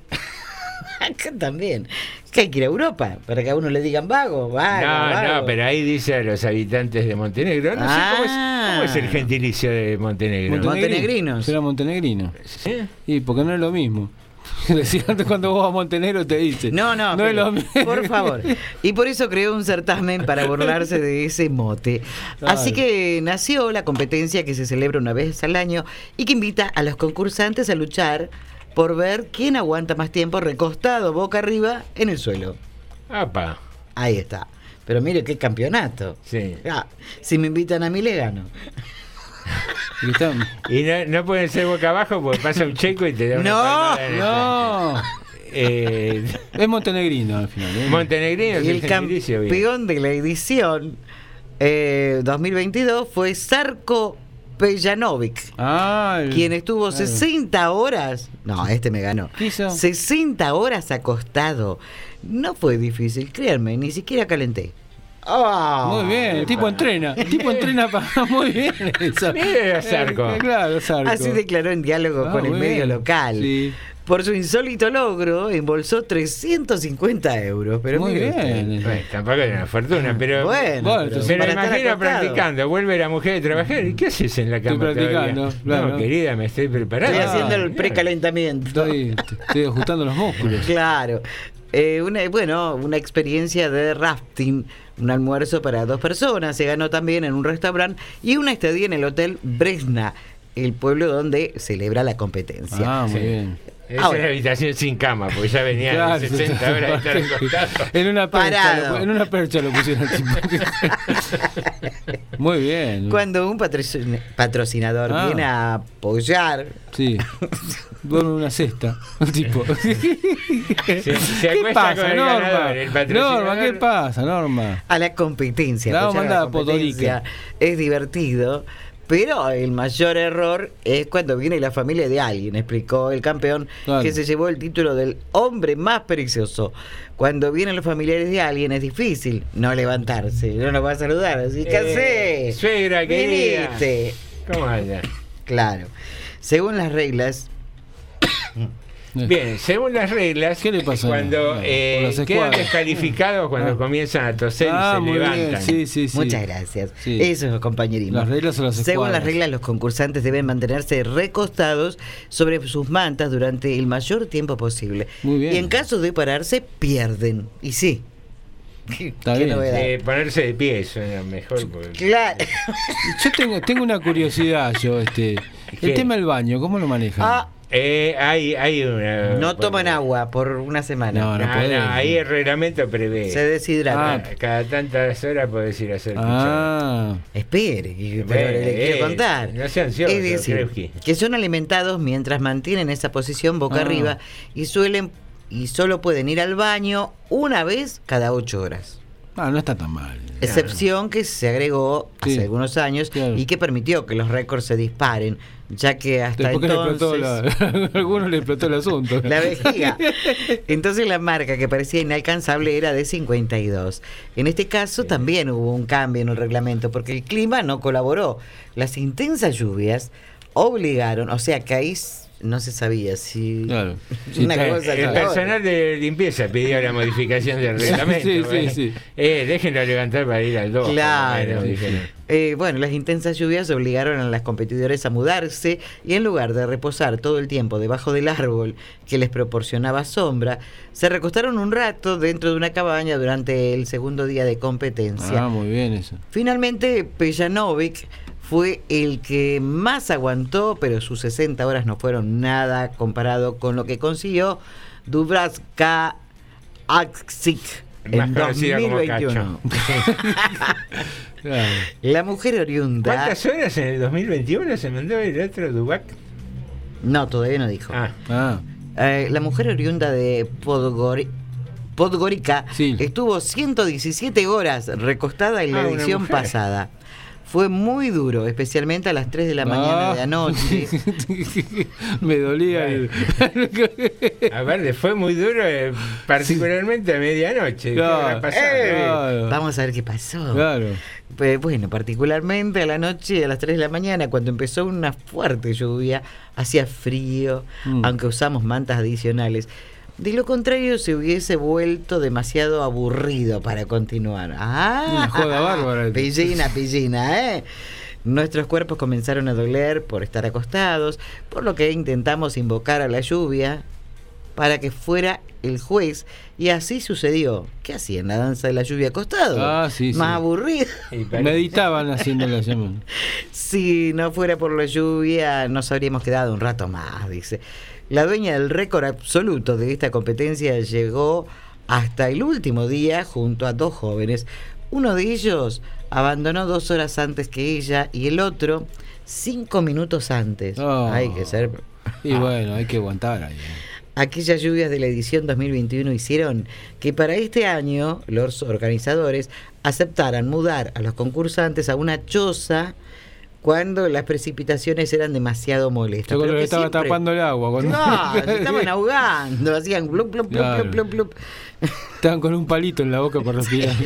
Acá también. Que hay que ir a Europa para que a uno le digan vago, vago, No, vago. no, pero ahí dice a los habitantes de Montenegro. No sé cómo es, cómo es el gentilicio de Montenegro. Montenegrinos. Será montenegrino. ¿Sí? Y porque no es lo mismo. Decía antes cuando vos vas a Montenegro te dice. No, no, no es pero, lo mismo. por favor. Y por eso creó un certamen para burlarse de ese mote. Claro. Así que nació la competencia que se celebra una vez al año y que invita a los concursantes a luchar por ver quién aguanta más tiempo recostado boca arriba en el suelo. Apa. Ahí está. Pero mire qué campeonato. Sí. Ah, si me invitan a mí le gano. Y está- Y no, no pueden ser boca abajo porque pasa un checo y te da una No, palmada en el No. Eh, Es montenegrino al final. ¿eh? Montenegrino es Y el el gentilicio. bien. campeón de la edición eh, dos mil veintidós fue Sarko Pejanovic. Ah, el- Quien estuvo claro. sesenta horas. No, este me ganó. ¿Qué hizo? sesenta horas acostado. No fue difícil, créanme, ni siquiera calenté. Ah, Muy bien, el tipo entrena. El tipo entrena para. Muy bien eso. Mire a Zarco. Eh, claro, Zarco. Así declaró en diálogo Ah, con el muy medio bien. local. Sí. Por su insólito logro, embolsó trescientos cincuenta euros. Pero Muy mire usted. bien. Bueno, tampoco era una fortuna, pero. Bueno, Bueno, pero entonces, Me lo para estar imagino acostado. practicando. Vuelve la mujer de trabajar. ¿Y qué haces en la cama? practicando, todavía? claro. No, querida, me estoy preparando. Estoy haciendo el Ah, precalentamiento. Estoy, estoy ajustando los músculos. Claro. Eh, una, bueno, una experiencia de rafting, un almuerzo para dos personas, se ganó también en un restaurante y una estadía en el Hotel Bresna, el pueblo donde celebra la competencia. Ah, muy Sí. bien. Esa Ahora. es la habitación sin cama, porque ya venía Claro, de sesenta horas de estar acostado. En una percha, Parado. lo, en una percha lo pusieron. tipo. Muy bien. Cuando un patrocin- patrocinador Ah. viene a apoyar, Sí. Duerme en una cesta. Tipo. Se, se ¿Qué acuesta pasa, con el Norma? ganador, el patrocinador. Ah, Norma, ¿qué pasa, Norma? a la competencia. La vamos a apoyar a mandar a competencia, es divertido, pero el mayor error es cuando viene la familia de alguien, explicó el campeón, Claro. que se llevó el título del hombre más perezoso. Cuando vienen los familiares de alguien es difícil no levantarse, no nos va a saludar, así que Eh, hace. suegra querida. Viniste. ¿Cómo anda? Claro. Según las reglas, Bien, según las reglas, ¿Qué le pasa? cuando No, eh, por las quedan escuadras. descalificados cuando Ah. comienzan a toser Ah, y se muy bien. levantan. Sí, sí, sí. muchas gracias. Sí. Eso es compañerismo. Las reglas son las Según las escuadras. reglas, los concursantes deben mantenerse recostados sobre sus mantas durante el mayor tiempo posible. Muy bien. Y en caso de pararse, pierden. Y sí. Está Qué bien. novedad. Eh, ponerse de pie suena mejor. Porque... Claro. Yo tengo, tengo una curiosidad, yo, este. ¿Qué? El tema del baño, ¿cómo lo manejan? Ah, Eh, hay, hay una. no toman agua por una semana. No, no No, podés. no, ahí el reglamento prevé. Se deshidratan. Ah, cada tantas horas podés ir a hacer Ah, Espere, que- pero Eh, le quiero eh, contar. no sea ansioso, Es decir, Krewski. que son alimentados mientras mantienen esa posición boca Ah. arriba y suelen y solo pueden ir al baño una vez cada ocho horas. Ah, no está tan mal. Excepción que se agregó hace Sí. algunos años y que permitió que los récords se disparen, ya que hasta Después que le explotó entonces... la- a algunos le explotó el asunto. La vejiga. Entonces la marca que parecía inalcanzable era de cincuenta y dos. En este caso también hubo un cambio en el reglamento porque el clima no colaboró. Las intensas lluvias obligaron, o sea que ahí s- no se sabía si Claro. una el, cosa el que la otra. personal de limpieza pidió la modificación del reglamento. Sí, sí, ¿eh? sí. Eh, déjenlo levantar para ir al dos. Claro. por lo menos, dijeron. Eh, bueno, las intensas lluvias obligaron a las competidoras a mudarse y en lugar de reposar todo el tiempo debajo del árbol que les proporcionaba sombra, se recostaron un rato dentro de una cabaña durante el segundo día de competencia. Ah, muy bien eso. Finalmente, Pejanovic fue el que más aguantó, pero sus sesenta horas no fueron nada comparado con lo que consiguió Dubravka Aksik Más en conocida como dos mil veintiuno. Claro. La mujer oriunda... ¿Cuántas horas en el dos mil veintiuno se mandó el otro Dubac? No, todavía no dijo. Ah. Ah. Eh, la mujer oriunda de Podgori- Podgorica estuvo ciento diecisiete horas recostada en la Ah, una edición mujer. pasada. Fue muy duro, especialmente a las tres de la mañana Ah. de anoche. Me dolía el... A ver, fue muy duro, eh, particularmente a medianoche. ¿Qué Claro. habrá pasado? Eh, Claro. Vamos a ver qué pasó. Claro. Pues, bueno, particularmente a la noche, a las tres de la mañana, cuando empezó una fuerte lluvia, hacía frío, Mm. aunque usamos mantas adicionales. De lo contrario, se hubiese vuelto demasiado aburrido para continuar. ¡Ah! Una joda bárbara. Pillina, pillina, ¿eh? Nuestros cuerpos comenzaron a doler por estar acostados, por lo que intentamos invocar a la lluvia para que fuera el juez, y así sucedió. ¿Qué hacían? La danza de la lluvia acostado. Ah, sí, sí. Más aburrido. Meditaban haciendo la llama. Si no fuera por la lluvia, nos habríamos quedado un rato más, dice. La dueña del récord absoluto de esta competencia llegó hasta el último día junto a dos jóvenes. Uno de ellos abandonó dos horas antes que ella y el otro cinco minutos antes. Oh. Hay que ser... Y bueno, hay que aguantar ahí. Aquellas lluvias de la edición dos mil veintiuno hicieron que para este año los organizadores aceptaran mudar a los concursantes a una choza cuando las precipitaciones eran demasiado molestas. Yo creo Pero que que estaba siempre- tapando el agua. Cuando... No, se estaban ahogando, hacían blup, blup, blup, Claro. blup, blup, blup. Estaban con un palito en la boca para respirar.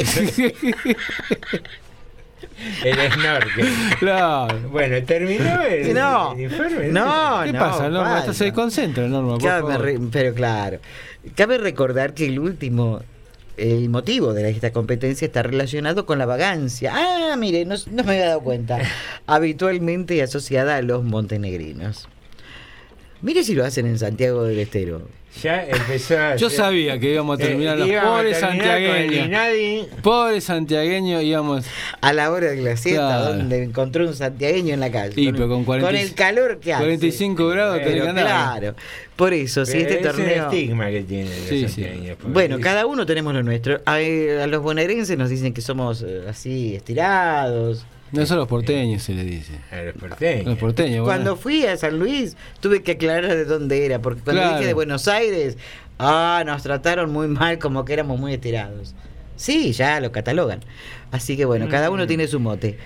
El snorkel. Claro. Bueno, terminó el, No, el informe. no, ¿Qué no, pasa, Norma? falta. Hasta se desconcentra, Norma, por Cabe favor. re- pero claro, cabe recordar que el último, el motivo de esta competencia está relacionado con la vagancia. Ah, mire, no, no me había dado cuenta. Habitualmente asociada a los montenegrinos. Mire si lo hacen en Santiago del Estero. Ya empezó a Yo hacer- sabía que íbamos a terminar Eh, los íbamos a pobres terminar con el santiagueños. Inadi. Pobres santiagueños íbamos. A la hora de la siesta, Claro. donde encontró un santiagueño en la calle. Y, pero con cuarenta y- el calor que hace. cuarenta y cinco grados tenés Pero que andar. claro. Por eso, si Pero este ese es el torneo... estigma que tiene los Sí, sí. santiagueños, porque Bueno, dice- cada uno tenemos lo nuestro. A, a los bonaerenses nos dicen que somos eh, así, estirados. No son los porteños, se le dice. A los porteños. Los porteños, bueno. Cuando fui a San Luis, tuve que aclarar de dónde era, porque cuando Claro. dije de Buenos Aires, ah, nos trataron muy mal, como que éramos muy estirados. Sí, ya lo catalogan. Así que bueno, cada uno Mm. tiene su mote.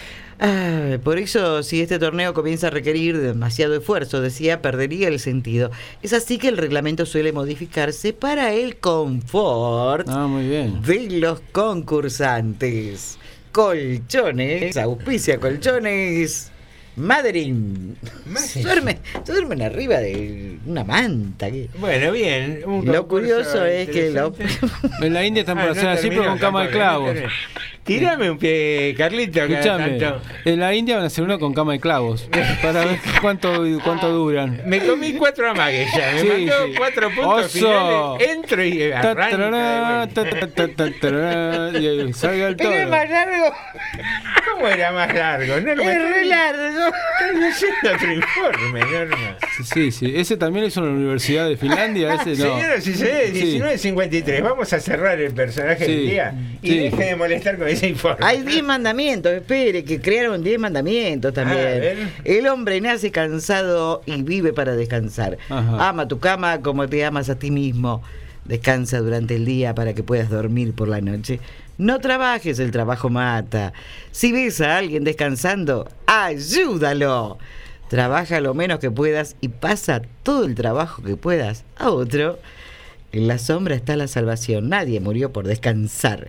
Ah, por eso, si este torneo comienza a requerir demasiado esfuerzo, decía, perdería el sentido. Es así que el reglamento suele modificarse para el confort Ah, muy bien. de los concursantes. Colchones, auspicia colchones. Maderin. Duermen, duermen arriba de una manta. ¿qué? Bueno, bien. un Lo concurso curioso es que lo, interesante. En la India están por Ah, hacer no así, pero terminó con cama de tampoco, no clavos. terminó. Tírame un pie, Carlito, cada Escuchame, tanto. en la India van a hacer uno con cama de clavos. Para ver cuánto, cuánto duran. Me comí cuatro amagues ya. Me Sí, mandó sí. cuatro puntos Oso. finales. Entro y Ta, arranca. tarará, de ta, vuelta. ta, ta, ta, tarará, y ahí salga el Pero es toro. más largo. ¿Cómo era más largo? No, no, Es re largo. Estás leyendo otro informe, Norma. Sí, sí. Ese también lo hizo en la Universidad de Finlandia. Ese no. Señoras y señores, Sí. diecinueve cincuenta y tres. Vamos a cerrar el personaje Sí, del día y sí. deje de molestar con ese informe. Hay diez mandamientos, espere, que crearon diez mandamientos A también. ver. El hombre nace cansado y vive para descansar. Ajá. Ama tu cama como te amas a ti mismo. Descansa durante el día para que puedas dormir por la noche. No trabajes, el trabajo mata. Si ves a alguien descansando, ayúdalo. Trabaja lo menos que puedas y pasa todo el trabajo que puedas a otro. En la sombra está la salvación. Nadie murió por descansar.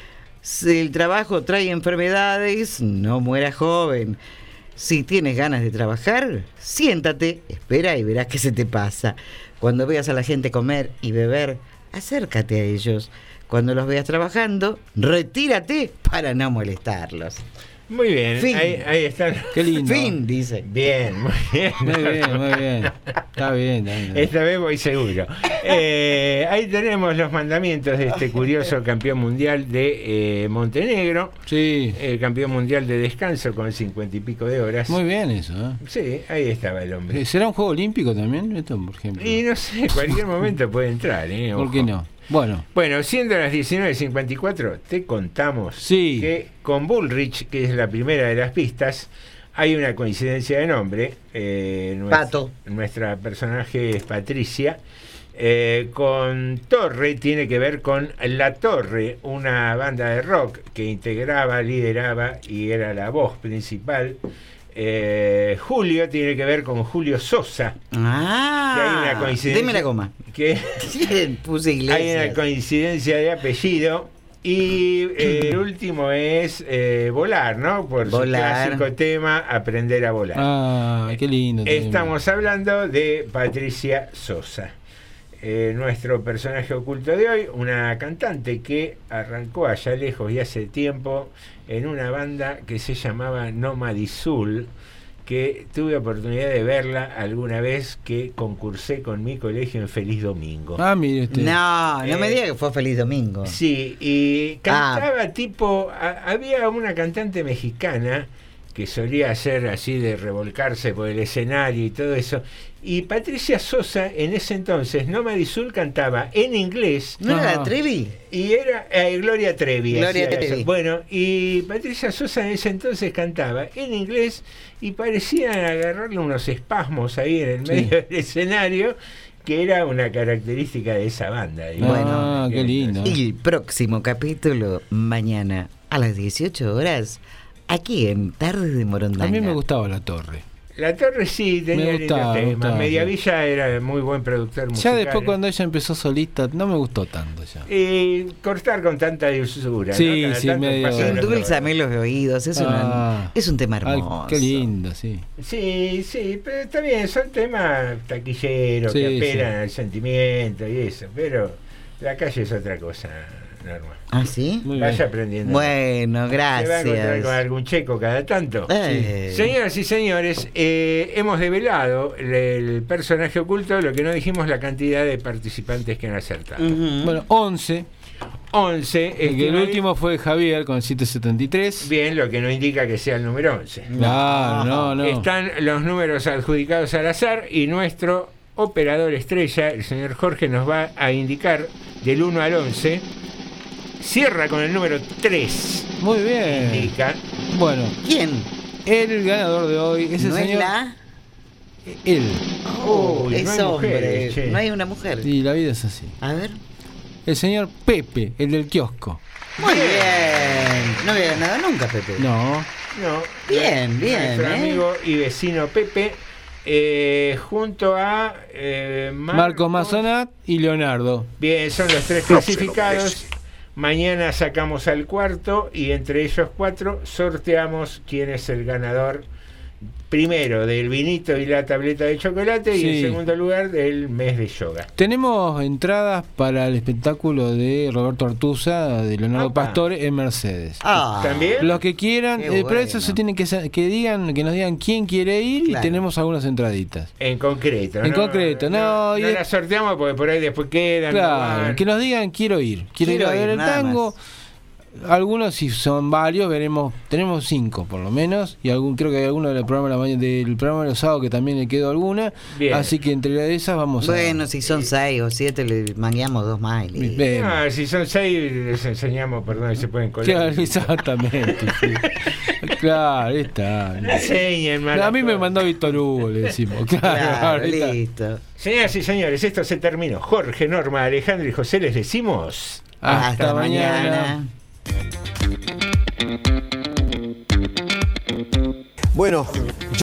Si el trabajo trae enfermedades, no mueras joven. Si tienes ganas de trabajar, siéntate, espera y verás qué se te pasa. Cuando veas a la gente comer y beber, acércate a ellos. Cuando los veas trabajando, retírate para no molestarlos. Muy bien, Fin. ahí, ahí están. Qué lindo. Fin, dice. Bien, muy bien. Muy bien, muy bien. Está bien, está bien. Esta vez voy seguro. Eh, ahí tenemos los mandamientos de este curioso campeón mundial de eh, Montenegro. Sí. El campeón mundial de descanso con cincuenta y pico de horas. Muy bien eso, ¿eh? Sí, ahí estaba el hombre. ¿Será un juego olímpico también, esto, por ejemplo? Y no sé, en cualquier momento puede entrar, ¿eh? ¿Por qué no? Bueno. Bueno, siendo las diecinueve cincuenta y cuatro, te contamos sí. que con Bullrich, que es la primera de las pistas, hay una coincidencia de nombre. Eh, nuestra, Pato. Nuestra personaje es Patricia. Eh, con Torre tiene que ver con La Torre, una banda de rock que integraba, lideraba y era la voz principal. Eh, Julio tiene que ver con Julio Sosa. Ah, que hay una coincidencia. deme la goma. Que puse hay una coincidencia de apellido. Y eh, el último es eh, volar, ¿no? Por Volar. su clásico tema, aprender a volar. Ah, qué lindo. Estamos hablando de Patricia Sosa. Eh, nuestro personaje oculto de hoy, una cantante que arrancó allá lejos y hace tiempo en una banda que se llamaba Nomadizul, que tuve oportunidad de verla alguna vez que concursé con mi colegio en Feliz Domingo. Ah, mire usted. No, no Eh, me diga que fue Feliz Domingo. Sí, y cantaba tipo, a- había una cantante mexicana que solía hacer así de revolcarse por el escenario y todo eso. Y Patricia Sosa en ese entonces, Nomadizul, cantaba en inglés. ¿No era la Trevi? Y era eh, Gloria Trevi. Gloria hacía Trevi. eso. Bueno, y Patricia Sosa en ese entonces cantaba en inglés y parecían agarrarle unos espasmos ahí en el medio Sí. del escenario, que era una característica de esa banda. digamos. Ah, qué lindo. Y el próximo capítulo, mañana a las dieciocho horas, aquí en Tardes de Morondanga. A mí me gustaba La Torre. La Torre sí tenía Me lindos gustaba, me temas. gustaba, Mediavilla era muy buen productor Ya musical. después cuando ella empezó solista, no me gustó tanto ya. Y cortar con tanta dulzura. Sí, ¿no? Cada sí, tanto medio- pasa lo Endulzame los oídos, es, Ah. una, es un tema Ay, hermoso. qué lindo, sí. Sí, sí, pero está bien, son temas taquilleros Sí, que apelan sí. al sentimiento y eso, pero la calle es otra cosa, Norma. ¿Ah, sí? Muy Vaya bien. aprendiendo. Bueno, Se va a encontrar gracias. con algún checo cada tanto. Eh. Señoras y señores, eh, hemos develado el, el personaje oculto, lo que no dijimos la cantidad de participantes que han acertado. Ujú. Bueno, once. once. El, que el estima- último fue Javier con ciento setenta y tres. Bien, lo que no indica que sea el número once. Claro, no, no. Están los números adjudicados al azar y nuestro operador estrella, el señor Jorge, nos va a indicar del uno al once. Cierra con el número tres. Muy bien. Indica. Bueno, ¿Quién? el ganador de hoy es el ¿No es señor. la? Él. Oh, Uy, es no hay hombre. mujeres, che. No hay una mujer. Y la vida es así. A ver. El señor Pepe, el del kiosco. Muy bien. No había ganado nunca, Pepe. No. No. Bien, bien, Nuestro ¿eh? amigo y vecino Pepe, eh, junto a eh, Mar- Marco Mazonat y Leonardo. Bien, son los tres clasificados. Mañana sacamos al cuarto y entre ellos cuatro sorteamos quién es el ganador. Primero del vinito y la tableta de chocolate y Sí. en segundo lugar del mes de yoga. Tenemos entradas para el espectáculo de Roberto Artuza, de Leonardo Apa. Pastore en Mercedes. Ah, ¿También? Los que quieran, Qué eh, pero eso bueno. se tiene que sa- que digan, que nos digan quién quiere ir Claro. y tenemos algunas entraditas. En concreto. En concreto, no, y No de- la sorteamos porque por ahí después quedan. no Claro, van. que nos digan quiero ir, quiero, Quiero ir a ver ir, el nada tango. Algunos, si son varios, veremos, tenemos cinco por lo menos, y algún creo que hay alguno del programa de la mañana, del programa de los sábados que también le quedó alguna. Bien. Así que entre esas vamos Bueno, a si son seis o siete, le mangueamos dos más. y listo. vemos. Ah, si son seis, les enseñamos por dónde se pueden colar. Claro, exactamente. sí. Claro, ahí está. Enseñen, mala A mí me cosa. mandó Víctor Hugo, le decimos. Claro, Claro, ahí está. listo. Señoras y señores, esto se terminó. Jorge, Norma, Alejandro y José les decimos. Hasta, Hasta mañana. mañana. Bueno,